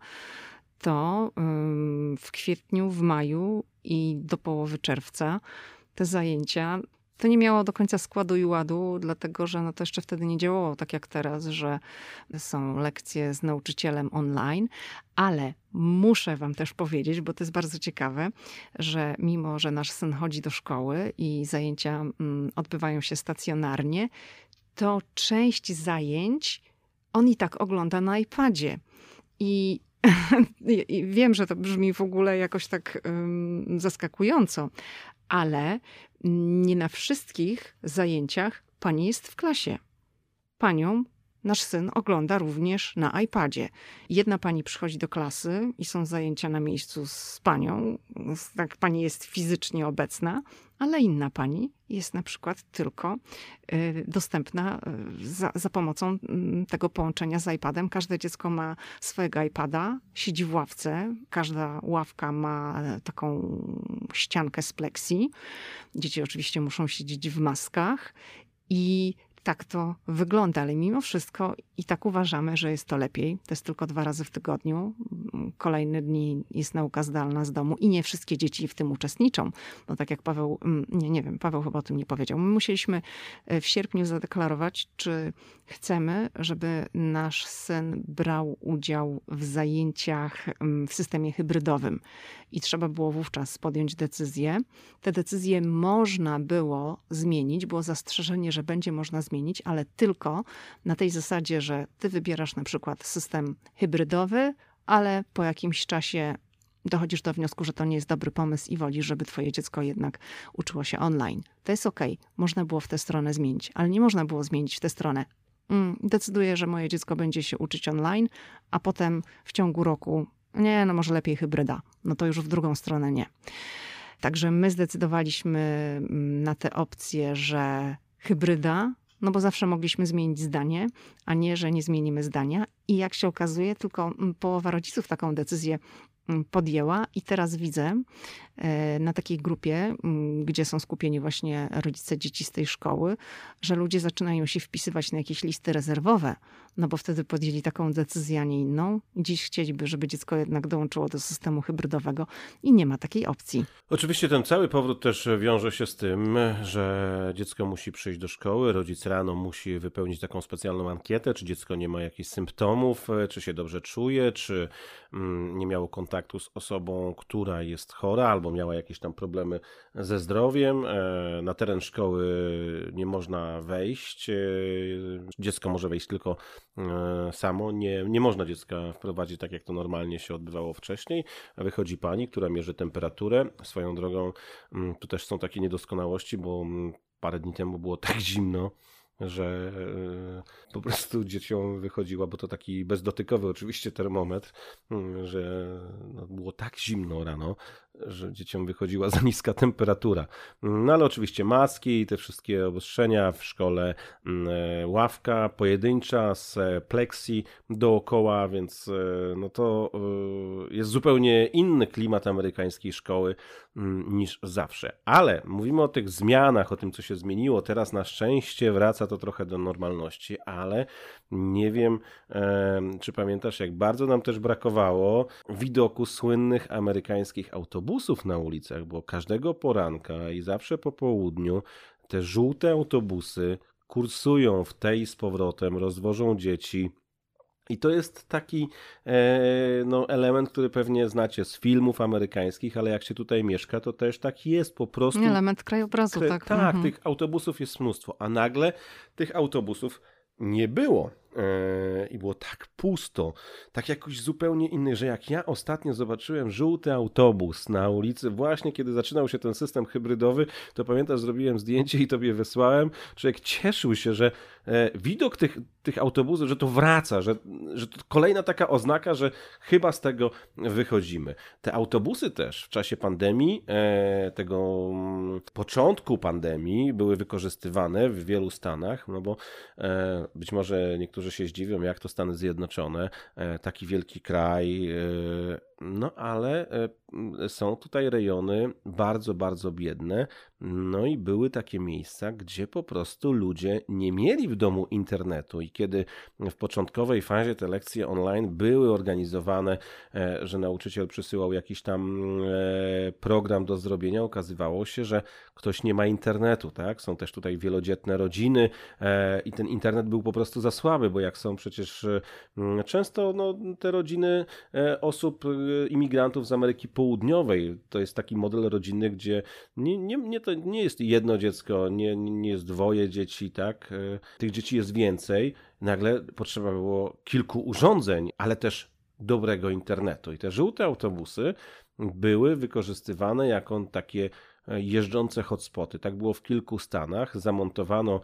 to w kwietniu, w maju i do połowy czerwca te zajęcia to nie miało do końca składu i ładu, dlatego że no to jeszcze wtedy nie działało tak jak teraz, że są lekcje z nauczycielem online, ale muszę wam też powiedzieć, bo to jest bardzo ciekawe, że mimo, że nasz syn chodzi do szkoły i zajęcia odbywają się stacjonarnie, to część zajęć on i tak ogląda na iPadzie. I wiem, że to brzmi w ogóle jakoś tak zaskakująco, ale nie na wszystkich zajęciach pani jest w klasie. Panią nasz syn ogląda również na iPadzie. Jedna pani przychodzi do klasy i są zajęcia na miejscu z panią. Tak, pani jest fizycznie obecna, ale inna pani jest na przykład tylko dostępna za pomocą tego połączenia z iPadem. Każde dziecko ma swojego iPada, siedzi w ławce. Każda ławka ma taką ściankę z pleksji. Dzieci oczywiście muszą siedzieć w maskach i tak to wygląda, ale mimo wszystko i tak uważamy, że jest to lepiej. To jest tylko 2 razy w tygodniu. Kolejne dni jest nauka zdalna z domu i nie wszystkie dzieci w tym uczestniczą. No tak jak Paweł, nie wiem, Paweł chyba o tym nie powiedział. My musieliśmy w sierpniu zadeklarować, czy chcemy, żeby nasz syn brał udział w zajęciach w systemie hybrydowym. I trzeba było wówczas podjąć decyzję. Te decyzje można było zmienić. Było zastrzeżenie, że będzie można zmienić, ale tylko na tej zasadzie, że ty wybierasz na przykład system hybrydowy, ale po jakimś czasie dochodzisz do wniosku, że to nie jest dobry pomysł i wolisz, żeby twoje dziecko jednak uczyło się online. To jest okej. Można było w tę stronę zmienić, ale nie można było zmienić w tę stronę. Decyduję, że moje dziecko będzie się uczyć online, a potem w ciągu roku no może lepiej hybryda. No to już w drugą stronę nie. Także my zdecydowaliśmy na tę opcję, że hybryda, no bo zawsze mogliśmy zmienić zdanie, a nie, że nie zmienimy zdania. I jak się okazuje, tylko połowa rodziców taką decyzję podjęła i teraz widzę na takiej grupie, gdzie są skupieni właśnie rodzice dzieci z tej szkoły, że ludzie zaczynają się wpisywać na jakieś listy rezerwowe, no bo wtedy podjęli taką decyzję, a nie inną. Dziś chcieliby, żeby dziecko jednak dołączyło do systemu hybrydowego i nie ma takiej opcji. Oczywiście ten cały powrót też wiąże się z tym, że dziecko musi przyjść do szkoły, rodzic rano musi wypełnić taką specjalną ankietę, czy dziecko nie ma jakichś symptomów, czy się dobrze czuje, czy nie miało kontaktu z osobą, która jest chora, albo miała jakieś tam problemy ze zdrowiem. Na teren szkoły nie można wejść. Dziecko może wejść tylko samo. Nie można dziecka wprowadzić tak, jak to normalnie się odbywało wcześniej. Wychodzi pani, która mierzy temperaturę. Swoją drogą tu też są takie niedoskonałości, bo parę dni temu było tak zimno, że po prostu dzieciom wychodziła, bo to taki bezdotykowy oczywiście termometr, że było tak zimno rano, że dzieciom wychodziła za niska temperatura. No ale oczywiście maski i te wszystkie obostrzenia w szkole, ławka pojedyncza z plexi dookoła, więc no to jest zupełnie inny klimat amerykańskiej szkoły niż zawsze. Ale mówimy o tych zmianach, o tym, co się zmieniło. Teraz na szczęście wraca to trochę do normalności, ale nie wiem, czy pamiętasz, jak bardzo nam też brakowało widoku słynnych amerykańskich autobusów na ulicach, bo każdego poranka i zawsze po południu te żółte autobusy kursują w tej z powrotem, rozwożą dzieci. I to jest taki element, który pewnie znacie z filmów amerykańskich, ale jak się tutaj mieszka, to też tak jest po prostu. Element krajobrazu, tak. Tak, tych autobusów jest mnóstwo, a nagle tych autobusów nie było. I było tak pusto, tak jakoś zupełnie inny, że jak ja ostatnio zobaczyłem żółty autobus na ulicy, właśnie kiedy zaczynał się ten system hybrydowy, to pamiętasz, zrobiłem zdjęcie i tobie wysłałem. Człowiek cieszył się, że widok tych autobusów, że to wraca, że to kolejna taka oznaka, że chyba z tego wychodzimy. Te autobusy też w czasie pandemii, tego początku pandemii były wykorzystywane w wielu stanach, no bo być może niektórzy się zdziwią, jak to Stany Zjednoczone, taki wielki kraj, no ale są tutaj rejony bardzo, bardzo biedne, no i były takie miejsca, gdzie po prostu ludzie nie mieli w domu internetu i kiedy w początkowej fazie te lekcje online były organizowane, że nauczyciel przysyłał jakiś tam program do zrobienia, okazywało się, że ktoś nie ma internetu, tak? Są też tutaj wielodzietne rodziny i ten internet był po prostu za słaby, bo jak są przecież często te rodziny osób, imigrantów z Ameryki Południowej, to jest taki model rodzinny, gdzie to nie jest jedno dziecko, nie jest dwoje dzieci, tak? Tych dzieci jest więcej. Nagle potrzeba było kilku urządzeń, ale też dobrego internetu. I te żółte autobusy były wykorzystywane jako takie jeżdżące hotspoty. Tak było w kilku stanach. Zamontowano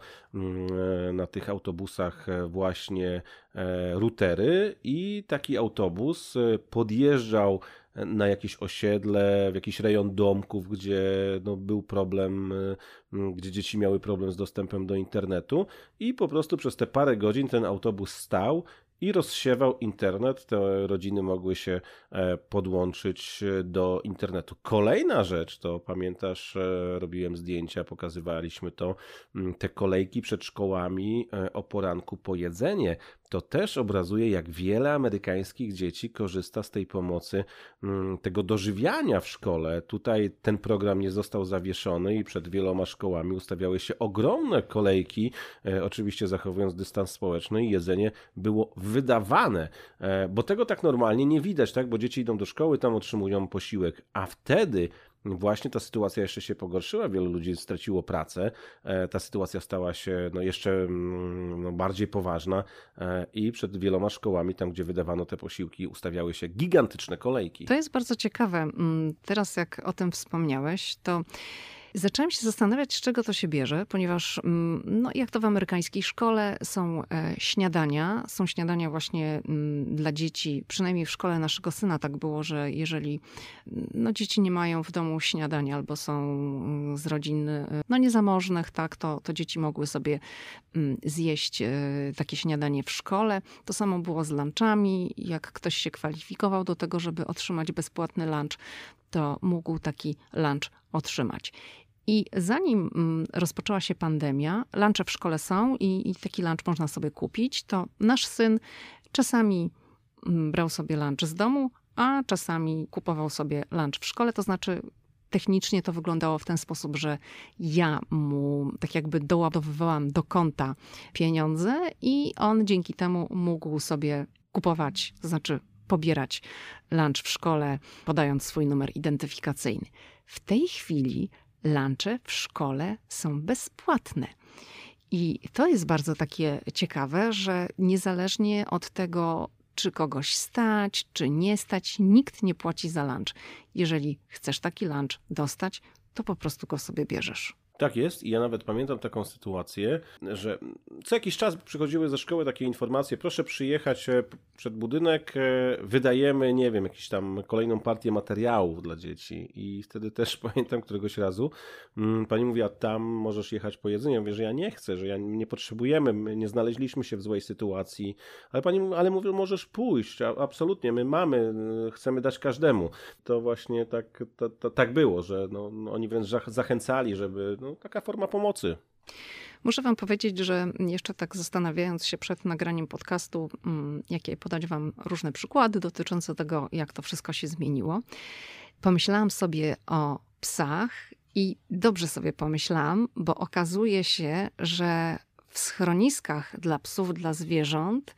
na tych autobusach właśnie routery i taki autobus podjeżdżał na jakieś osiedle, w jakiś rejon domków, gdzie był problem, gdzie dzieci miały problem z dostępem do internetu i po prostu przez te parę godzin ten autobus stał i rozsiewał internet. Te rodziny mogły się podłączyć do internetu. Kolejna rzecz, to pamiętasz, robiłem zdjęcia, pokazywaliśmy to, te kolejki przed szkołami o poranku po jedzenie. To też obrazuje, jak wiele amerykańskich dzieci korzysta z tej pomocy, tego dożywiania w szkole. Tutaj ten program nie został zawieszony i przed wieloma szkołami ustawiały się ogromne kolejki, oczywiście zachowując dystans społeczny i jedzenie było wydawane, bo tego tak normalnie nie widać, tak? Bo dzieci idą do szkoły, tam otrzymują posiłek, a wtedy właśnie ta sytuacja jeszcze się pogorszyła, wielu ludzi straciło pracę, ta sytuacja stała się jeszcze bardziej poważna i przed wieloma szkołami, tam gdzie wydawano te posiłki, ustawiały się gigantyczne kolejki. To jest bardzo ciekawe. Teraz jak o tym wspomniałeś, to Zaczęłam się zastanawiać, z czego to się bierze, ponieważ no, jak to w amerykańskiej szkole są śniadania. Są śniadania właśnie dla dzieci, przynajmniej w szkole naszego syna tak było, że jeżeli no, dzieci nie mają w domu śniadania albo są z rodzin no, niezamożnych, tak, to dzieci mogły sobie zjeść takie śniadanie w szkole. To samo było z lunchami. Jak ktoś się kwalifikował do tego, żeby otrzymać bezpłatny lunch, to mógł taki lunch otrzymać. I zanim rozpoczęła się pandemia, lunche w szkole są i taki lunch można sobie kupić, to nasz syn czasami brał sobie lunch z domu, a czasami kupował sobie lunch w szkole. To znaczy technicznie to wyglądało w ten sposób, że ja mu tak jakby doładowywałam do konta pieniądze i on dzięki temu mógł sobie kupować, to znaczy pobierać lunch w szkole, podając swój numer identyfikacyjny. W tej chwili lunche w szkole są bezpłatne. I to jest bardzo takie ciekawe, że niezależnie od tego, czy kogoś stać, czy nie stać, nikt nie płaci za lunch. Jeżeli chcesz taki lunch dostać, to po prostu go sobie bierzesz. Tak jest i ja nawet pamiętam taką sytuację, że co jakiś czas przychodziły ze szkoły takie informacje, proszę przyjechać przed budynek, wydajemy, nie wiem, jakąś tam kolejną partię materiałów dla dzieci i wtedy też pamiętam któregoś razu pani mówiła, tam możesz jechać po jedzenie. Ja mówię, że ja nie chcę, że nie potrzebujemy, my nie znaleźliśmy się w złej sytuacji, ale pani mówi, ale mówię, możesz pójść, absolutnie, my mamy, chcemy dać każdemu. To właśnie tak było, że no, oni wręcz zachęcali, żeby taka forma pomocy. Muszę wam powiedzieć, że jeszcze tak zastanawiając się przed nagraniem podcastu, jakie podać wam różne przykłady dotyczące tego, jak to wszystko się zmieniło, pomyślałam sobie o psach i dobrze sobie pomyślałam, bo okazuje się, że w schroniskach dla psów, dla zwierząt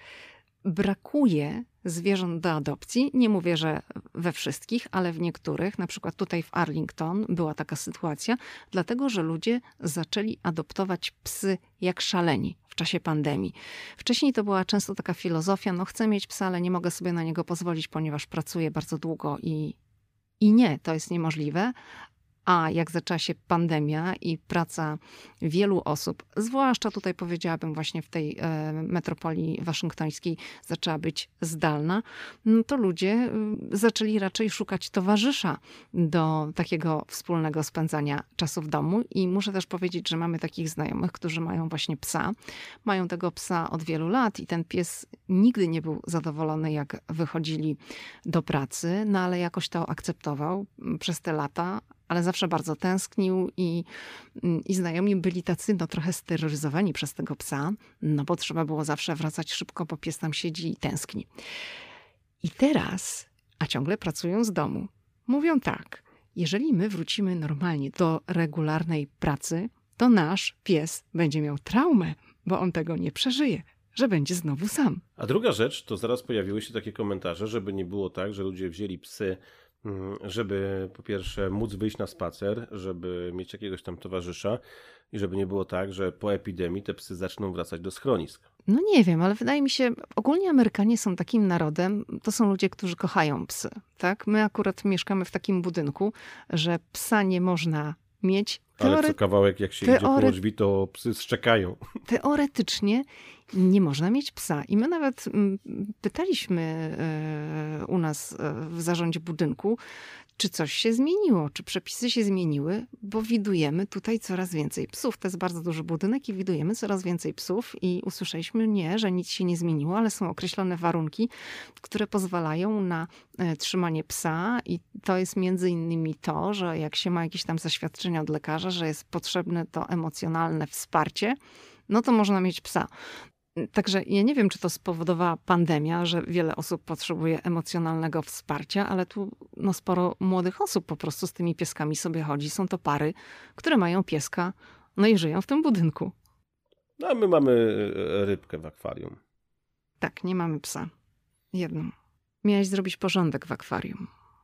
brakuje zwierząt do adopcji. Nie mówię, że we wszystkich, ale w niektórych. Na przykład tutaj w Arlington była taka sytuacja, dlatego że ludzie zaczęli adoptować psy jak szaleni w czasie pandemii. Wcześniej to była często taka filozofia, no chcę mieć psa, ale nie mogę sobie na niego pozwolić, ponieważ pracuję bardzo długo i nie, to jest niemożliwe. A jak zaczęła się pandemia i praca wielu osób, zwłaszcza tutaj powiedziałabym właśnie w tej metropolii waszyngtońskiej, zaczęła być zdalna, no to ludzie zaczęli raczej szukać towarzysza do takiego wspólnego spędzania czasu w domu. I muszę też powiedzieć, że mamy takich znajomych, którzy mają właśnie psa. Mają tego psa od wielu lat i ten pies nigdy nie był zadowolony, jak wychodzili do pracy, no ale jakoś to akceptował przez te lata. Ale zawsze bardzo tęsknił i znajomi byli tacy no, trochę steroryzowani przez tego psa, no bo trzeba było zawsze wracać szybko, bo pies tam siedzi i tęskni. I teraz, a ciągle pracują z domu, mówią tak, jeżeli my wrócimy normalnie do regularnej pracy, to nasz pies będzie miał traumę, bo on tego nie przeżyje, że będzie znowu sam. A druga rzecz, to zaraz pojawiły się takie komentarze, żeby nie było tak, że ludzie wzięli psy, żeby po pierwsze móc wyjść na spacer, żeby mieć jakiegoś tam towarzysza i żeby nie było tak, że po epidemii te psy zaczną wracać do schronisk. No nie wiem, ale wydaje mi się, ogólnie Amerykanie są takim narodem, to są ludzie, którzy kochają psy, tak? My akurat mieszkamy w takim budynku, że psa nie można mieć. Ale co kawałek, jak się idzie koło drzwi, to psy szczekają. Teoretycznie nie można mieć psa. I my nawet pytaliśmy u nas w zarządzie budynku, czy coś się zmieniło, czy przepisy się zmieniły, bo widujemy tutaj coraz więcej psów. To jest bardzo duży budynek i widujemy coraz więcej psów i usłyszeliśmy nie, że nic się nie zmieniło, ale są określone warunki, które pozwalają na trzymanie psa i to jest między innymi to, że jak się ma jakieś tam zaświadczenia od lekarza, że jest potrzebne to emocjonalne wsparcie, no to można mieć psa. Także ja nie wiem, czy to spowodowała pandemia, że wiele osób potrzebuje emocjonalnego wsparcia, ale tu no, sporo młodych osób po prostu z tymi pieskami sobie chodzi. Są to pary, które mają pieska, no i żyją w tym budynku. No a my mamy rybkę w akwarium. Tak, nie mamy psa. Jedną. Miałeś zrobić porządek w akwarium.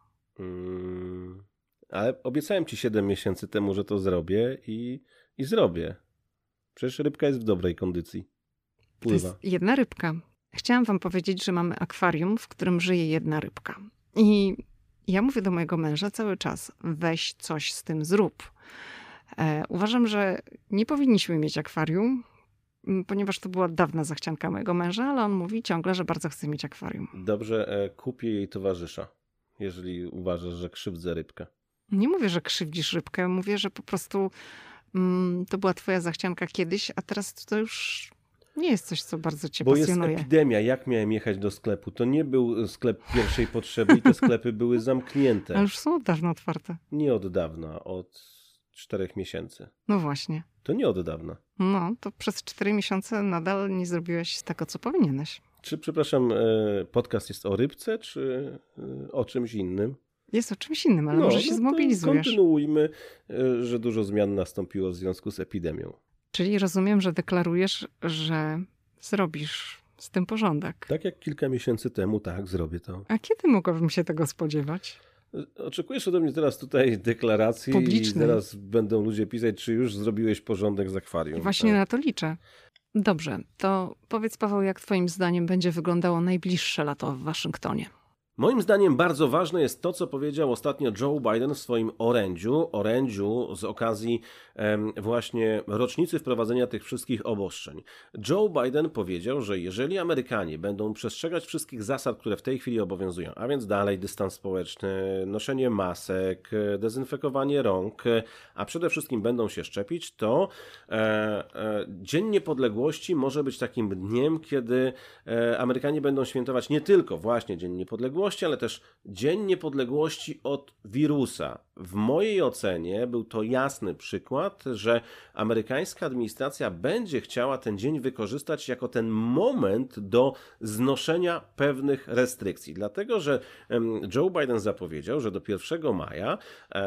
Ale obiecałem ci 7 miesięcy temu, że to zrobię i zrobię. Przecież rybka jest w dobrej kondycji. Pływa. To jest jedna rybka. Chciałam wam powiedzieć, że mamy akwarium, w którym żyje jedna rybka. I ja mówię do mojego męża cały czas, weź coś z tym zrób. Uważam, że nie powinniśmy mieć akwarium, ponieważ to była dawna zachcianka mojego męża, ale on mówi ciągle, że bardzo chce mieć akwarium. Dobrze, kupię jej towarzysza, jeżeli uważasz, że krzywdzę rybkę. Nie mówię, że krzywdzisz rybkę, mówię, że po prostu to była twoja zachcianka kiedyś, a teraz to już nie jest coś, co bardzo cię pasjonuje. Bo jest epidemia. Jak miałem jechać do sklepu? To nie był sklep pierwszej potrzeby i te sklepy były zamknięte. Ale już są od dawna otwarte. Nie od dawna, od 4 miesięcy. No właśnie. To nie od dawna. No, to przez 4 miesiące nadal nie zrobiłeś tego, co powinieneś. Czy, przepraszam, podcast jest o rybce, czy o czymś innym? Jest o czymś innym, ale może się zmobilizujesz. Kontynuujmy, że dużo zmian nastąpiło w związku z epidemią. Czyli rozumiem, że deklarujesz, że zrobisz z tym porządek. Tak jak kilka miesięcy temu, tak, zrobię to. A kiedy mogłabym się tego spodziewać? Oczekujesz ode mnie teraz tutaj deklaracji publicznej. I zaraz będą ludzie pisać, czy już zrobiłeś porządek z akwarium. Właśnie tak? na to liczę. Dobrze, to powiedz, Paweł, jak twoim zdaniem będzie wyglądało najbliższe lato w Waszyngtonie? Moim zdaniem bardzo ważne jest to, co powiedział ostatnio Joe Biden w swoim orędziu z okazji właśnie rocznicy wprowadzenia tych wszystkich obostrzeń. Joe Biden powiedział, że jeżeli Amerykanie będą przestrzegać wszystkich zasad, które w tej chwili obowiązują, a więc dalej dystans społeczny, noszenie masek, dezynfekowanie rąk, a przede wszystkim będą się szczepić, to Dzień Niepodległości może być takim dniem, kiedy Amerykanie będą świętować nie tylko właśnie Dzień Niepodległości, ale też Dzień Niepodległości od wirusa. W mojej ocenie był to jasny przykład, że amerykańska administracja będzie chciała ten dzień wykorzystać jako ten moment do znoszenia pewnych restrykcji. Dlatego, że Joe Biden zapowiedział, że do 1 maja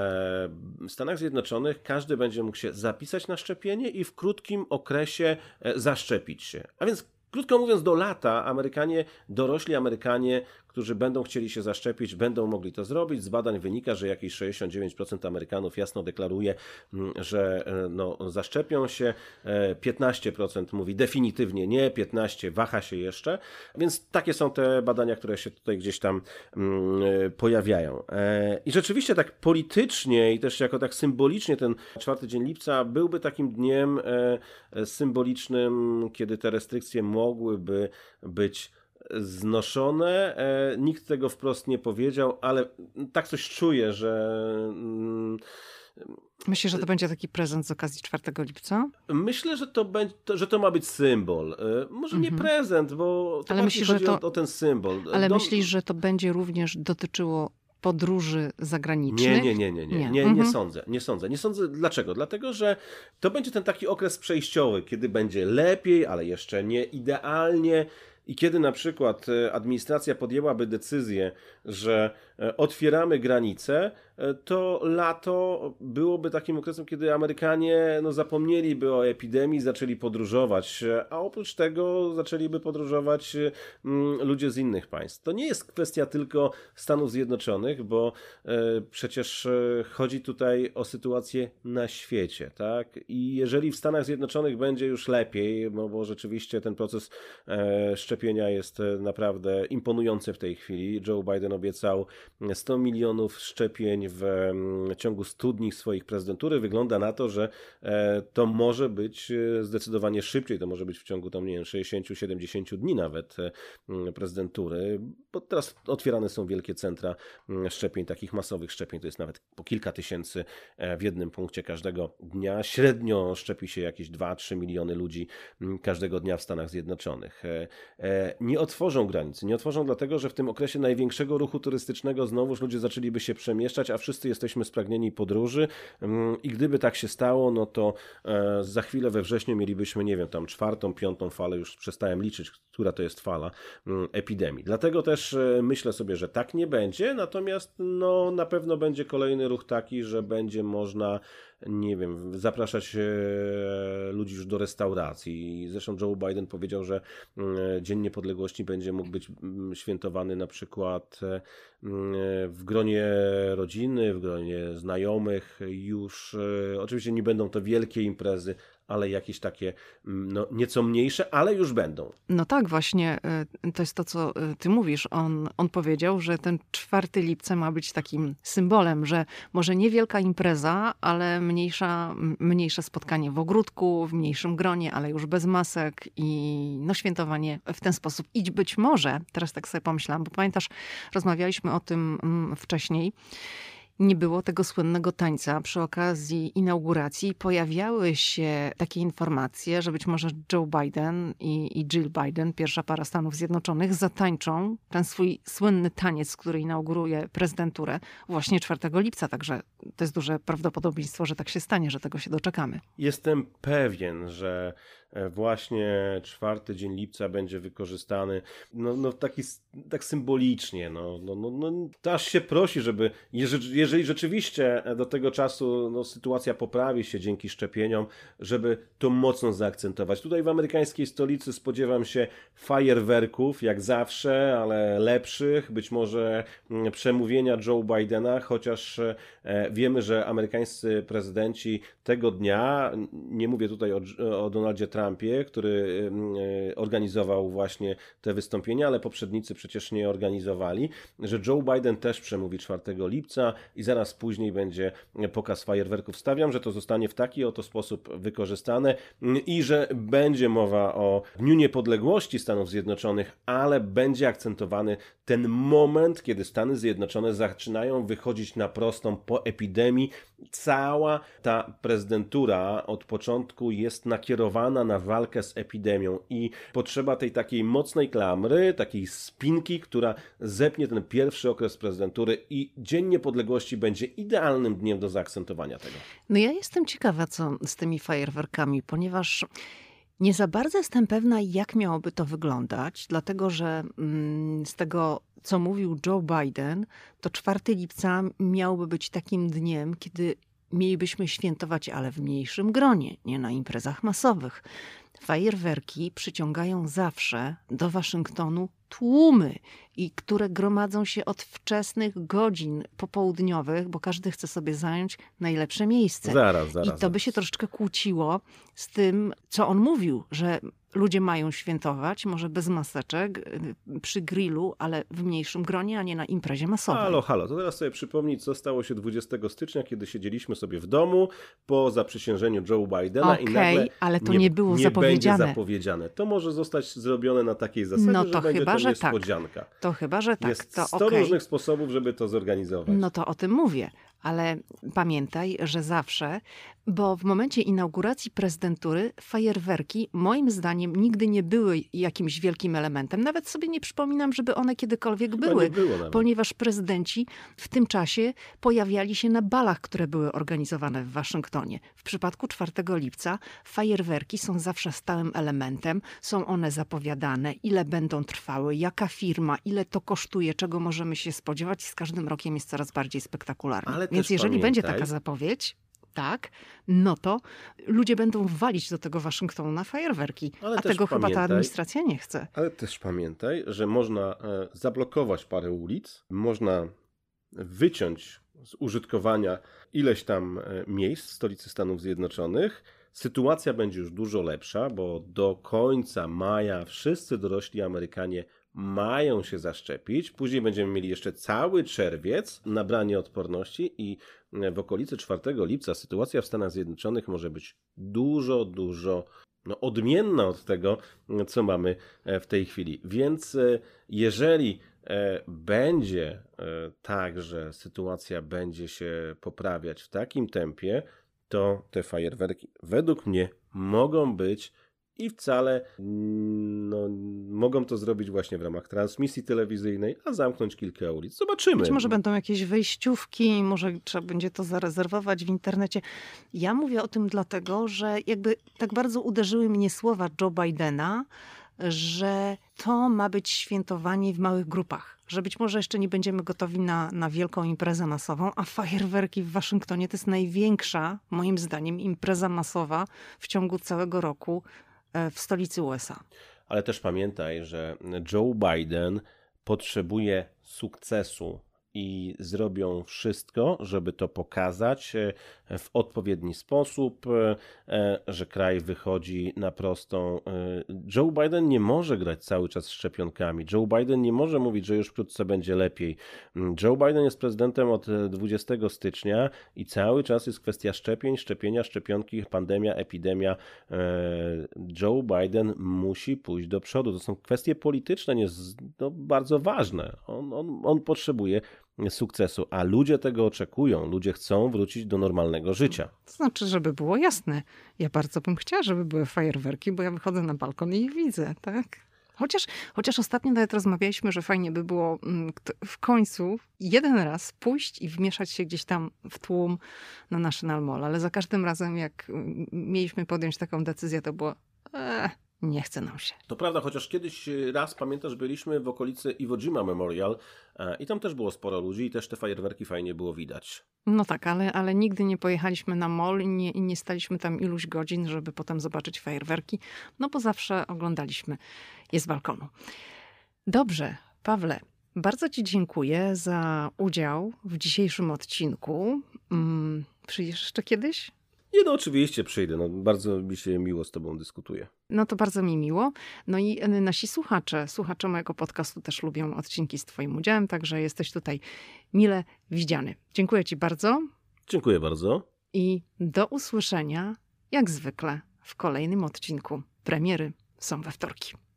w Stanach Zjednoczonych każdy będzie mógł się zapisać na szczepienie i w krótkim okresie zaszczepić się. A więc krótko mówiąc, do lata dorośli Amerykanie, którzy będą chcieli się zaszczepić, będą mogli to zrobić. Z badań wynika, że jakieś 69% Amerykanów jasno deklaruje, że zaszczepią się. 15% mówi definitywnie nie, 15% waha się jeszcze. Więc takie są te badania, które się tutaj gdzieś tam pojawiają. I rzeczywiście tak politycznie i też jako tak symbolicznie ten 4 dzień lipca byłby takim dniem symbolicznym, kiedy te restrykcje mogłyby być znoszone. Nikt tego wprost nie powiedział, ale tak coś czuję, że... Myślisz, że to będzie taki prezent z okazji 4 lipca? Myślę, że to ma być symbol. Może nie prezent, bo to bardziej chodzi o ten symbol. Ale myślisz, że to będzie również dotyczyło podróży zagranicznych? Nie sądzę. Dlaczego? Dlatego, że to będzie ten taki okres przejściowy, kiedy będzie lepiej, ale jeszcze nie idealnie. I kiedy na przykład administracja podjęłaby decyzję, że otwieramy granice, to lato byłoby takim okresem, kiedy Amerykanie zapomnieliby o epidemii, zaczęli podróżować, a oprócz tego zaczęliby podróżować ludzie z innych państw. To nie jest kwestia tylko Stanów Zjednoczonych, bo przecież chodzi tutaj o sytuację na świecie, tak? I jeżeli w Stanach Zjednoczonych będzie już lepiej, bo rzeczywiście ten proces szczepienia jest naprawdę imponujący w tej chwili. Joe Biden obiecał 100 milionów szczepień w ciągu 100 dni swojej prezydentury. Wygląda na to, że to może być zdecydowanie szybciej, to może być w ciągu tam, 60-70 dni nawet prezydentury, bo teraz otwierane są wielkie centra szczepień, takich masowych szczepień, to jest nawet po kilka tysięcy w jednym punkcie każdego dnia. Średnio szczepi się jakieś 2-3 miliony ludzi każdego dnia w Stanach Zjednoczonych. Nie otworzą granicy, nie otworzą dlatego, że w tym okresie największego ruchu turystycznego znowuż ludzie zaczęliby się przemieszczać, a wszyscy jesteśmy spragnieni podróży i gdyby tak się stało, no to za chwilę we wrześniu mielibyśmy, nie wiem, tam 4., 5. falę, już przestałem liczyć, która to jest fala epidemii. Dlatego też myślę sobie, że tak nie będzie, natomiast na pewno będzie kolejny ruch taki, że będzie można, nie wiem, zapraszać ludzi już do restauracji. Zresztą Joe Biden powiedział, że Dzień Niepodległości będzie mógł być świętowany na przykład w gronie rodziny, w gronie znajomych już. Oczywiście nie będą to wielkie imprezy, ale jakieś takie nieco mniejsze, ale już będą. No tak, właśnie to jest to, co ty mówisz. On powiedział, że ten 4 lipca ma być takim symbolem, że może niewielka impreza, ale mniejsze spotkanie w ogródku, w mniejszym gronie, ale już bez masek i świętowanie w ten sposób. I być może, teraz tak sobie pomyślałam, bo pamiętasz, rozmawialiśmy o tym wcześniej, nie było tego słynnego tańca przy okazji inauguracji. Pojawiały się takie informacje, że być może Joe Biden i Jill Biden, pierwsza para Stanów Zjednoczonych, zatańczą ten swój słynny taniec, który inauguruje prezydenturę właśnie 4 lipca. Także to jest duże prawdopodobieństwo, że tak się stanie, że tego się doczekamy. Jestem pewien, że właśnie 4 dzień lipca będzie wykorzystany tak symbolicznie. To aż się prosi, żeby, jeżeli rzeczywiście do tego czasu sytuacja poprawi się dzięki szczepieniom, żeby to mocno zaakcentować. Tutaj w amerykańskiej stolicy spodziewam się fajerwerków, jak zawsze, ale lepszych, być może przemówienia Joe Bidena, chociaż wiemy, że amerykańscy prezydenci tego dnia, nie mówię tutaj o Donaldzie Trumpie, który organizował właśnie te wystąpienia, ale poprzednicy przecież nie organizowali, że Joe Biden też przemówi 4 lipca i zaraz później będzie pokaz fajerwerków. Stawiam, że to zostanie w taki oto sposób wykorzystane i że będzie mowa o Dniu Niepodległości Stanów Zjednoczonych, ale będzie akcentowany ten moment, kiedy Stany Zjednoczone zaczynają wychodzić na prostą po epidemii. Cała ta prezydentura od początku jest nakierowana na walkę z epidemią i potrzeba tej takiej mocnej klamry, takiej spinki, która zepnie ten pierwszy okres prezydentury i Dzień Niepodległości będzie idealnym dniem do zaakcentowania tego. No ja jestem ciekawa, co z tymi fajerwerkami, ponieważ nie za bardzo jestem pewna, jak miałoby to wyglądać, dlatego że z tego, co mówił Joe Biden, to 4 lipca miałby być takim dniem, kiedy mielibyśmy świętować, ale w mniejszym gronie, nie na imprezach masowych. Fajerwerki przyciągają zawsze do Waszyngtonu tłumy, i które gromadzą się od wczesnych godzin popołudniowych, bo każdy chce sobie zająć najlepsze miejsce. Zaraz. I to by się troszeczkę kłóciło z tym, co on mówił, że ludzie mają świętować, może bez maseczek, przy grillu, ale w mniejszym gronie, a nie na imprezie masowej. Halo, to teraz sobie przypomnieć, co stało się 20 stycznia, kiedy siedzieliśmy sobie w domu po zaprzysiężeniu Joe Bidena i nagle ale to nie było zapowiedziane. Będzie zapowiedziane. To może zostać zrobione na takiej zasadzie, że będzie to niespodzianka. Tak. To chyba, że tak. Jest 100 różnych sposobów, żeby to zorganizować. No to o tym mówię. Ale pamiętaj, że zawsze, bo w momencie inauguracji prezydentury fajerwerki moim zdaniem nigdy nie były jakimś wielkim elementem. Nawet sobie nie przypominam, żeby one kiedykolwiek były, ponieważ prezydenci w tym czasie pojawiali się na balach, które były organizowane w Waszyngtonie. W przypadku 4 lipca fajerwerki są zawsze stałym elementem. Są one zapowiadane, ile będą trwały, jaka firma, ile to kosztuje, czego możemy się spodziewać i z każdym rokiem jest coraz bardziej spektakularne. Więc jeżeli będzie taka zapowiedź, tak, no to ludzie będą walić do tego Waszyngtonu na fajerwerki. A tego chyba ta administracja nie chce. Ale też pamiętaj, że można zablokować parę ulic, można wyciąć z użytkowania ileś tam miejsc w stolicy Stanów Zjednoczonych. Sytuacja będzie już dużo lepsza, bo do końca maja wszyscy dorośli Amerykanie mają się zaszczepić. Później będziemy mieli jeszcze cały czerwiec, nabranie odporności i w okolicy 4 lipca sytuacja w Stanach Zjednoczonych może być dużo odmienna od tego, co mamy w tej chwili. Więc jeżeli będzie tak, że sytuacja będzie się poprawiać w takim tempie, to te fajerwerki według mnie mogą być i wcale mogą to zrobić właśnie w ramach transmisji telewizyjnej, a zamknąć kilka ulic. Zobaczymy. Być może będą jakieś wejściówki, może trzeba będzie to zarezerwować w internecie. Ja mówię o tym dlatego, że jakby tak bardzo uderzyły mnie słowa Joe Bidena, że to ma być świętowanie w małych grupach. Że być może jeszcze nie będziemy gotowi na wielką imprezę masową, a fajerwerki w Waszyngtonie to jest największa, moim zdaniem, impreza masowa w ciągu całego roku w stolicy USA. Ale też pamiętaj, że Joe Biden potrzebuje sukcesu i zrobią wszystko, żeby to pokazać w odpowiedni sposób, że kraj wychodzi na prostą. Joe Biden nie może grać cały czas z szczepionkami. Joe Biden nie może mówić, że już wkrótce będzie lepiej. Joe Biden jest prezydentem od 20 stycznia i cały czas jest kwestia szczepień, szczepienia, szczepionki, pandemia, epidemia. Joe Biden musi pójść do przodu. To są kwestie polityczne, bardzo ważne. On potrzebuje sukcesu, a ludzie tego oczekują. Ludzie chcą wrócić do normalnego życia. To znaczy, żeby było jasne, ja bardzo bym chciała, żeby były fajerwerki, bo ja wychodzę na balkon i je widzę, tak? Chociaż ostatnio nawet rozmawialiśmy, że fajnie by było w końcu jeden raz pójść i wmieszać się gdzieś tam w tłum na National Mall, ale za każdym razem, jak mieliśmy podjąć taką decyzję, to było nie chce nam się. To prawda, chociaż kiedyś raz, pamiętasz, byliśmy w okolicy Iwo Jima Memorial i tam też było sporo ludzi i też te fajerwerki fajnie było widać. No tak, ale nigdy nie pojechaliśmy na mall i nie staliśmy tam iluś godzin, żeby potem zobaczyć fajerwerki, no bo zawsze oglądaliśmy je z balkonu. Dobrze, Pawle, bardzo ci dziękuję za udział w dzisiejszym odcinku. Przyjdziesz jeszcze kiedyś? Nie, no oczywiście przyjdę. No, bardzo mi się miło z tobą dyskutuje. No to bardzo mi miło. No i nasi słuchacze mojego podcastu też lubią odcinki z twoim udziałem, także jesteś tutaj mile widziany. Dziękuję ci bardzo. Dziękuję bardzo. I do usłyszenia, jak zwykle, w kolejnym odcinku. Premiery są we wtorki.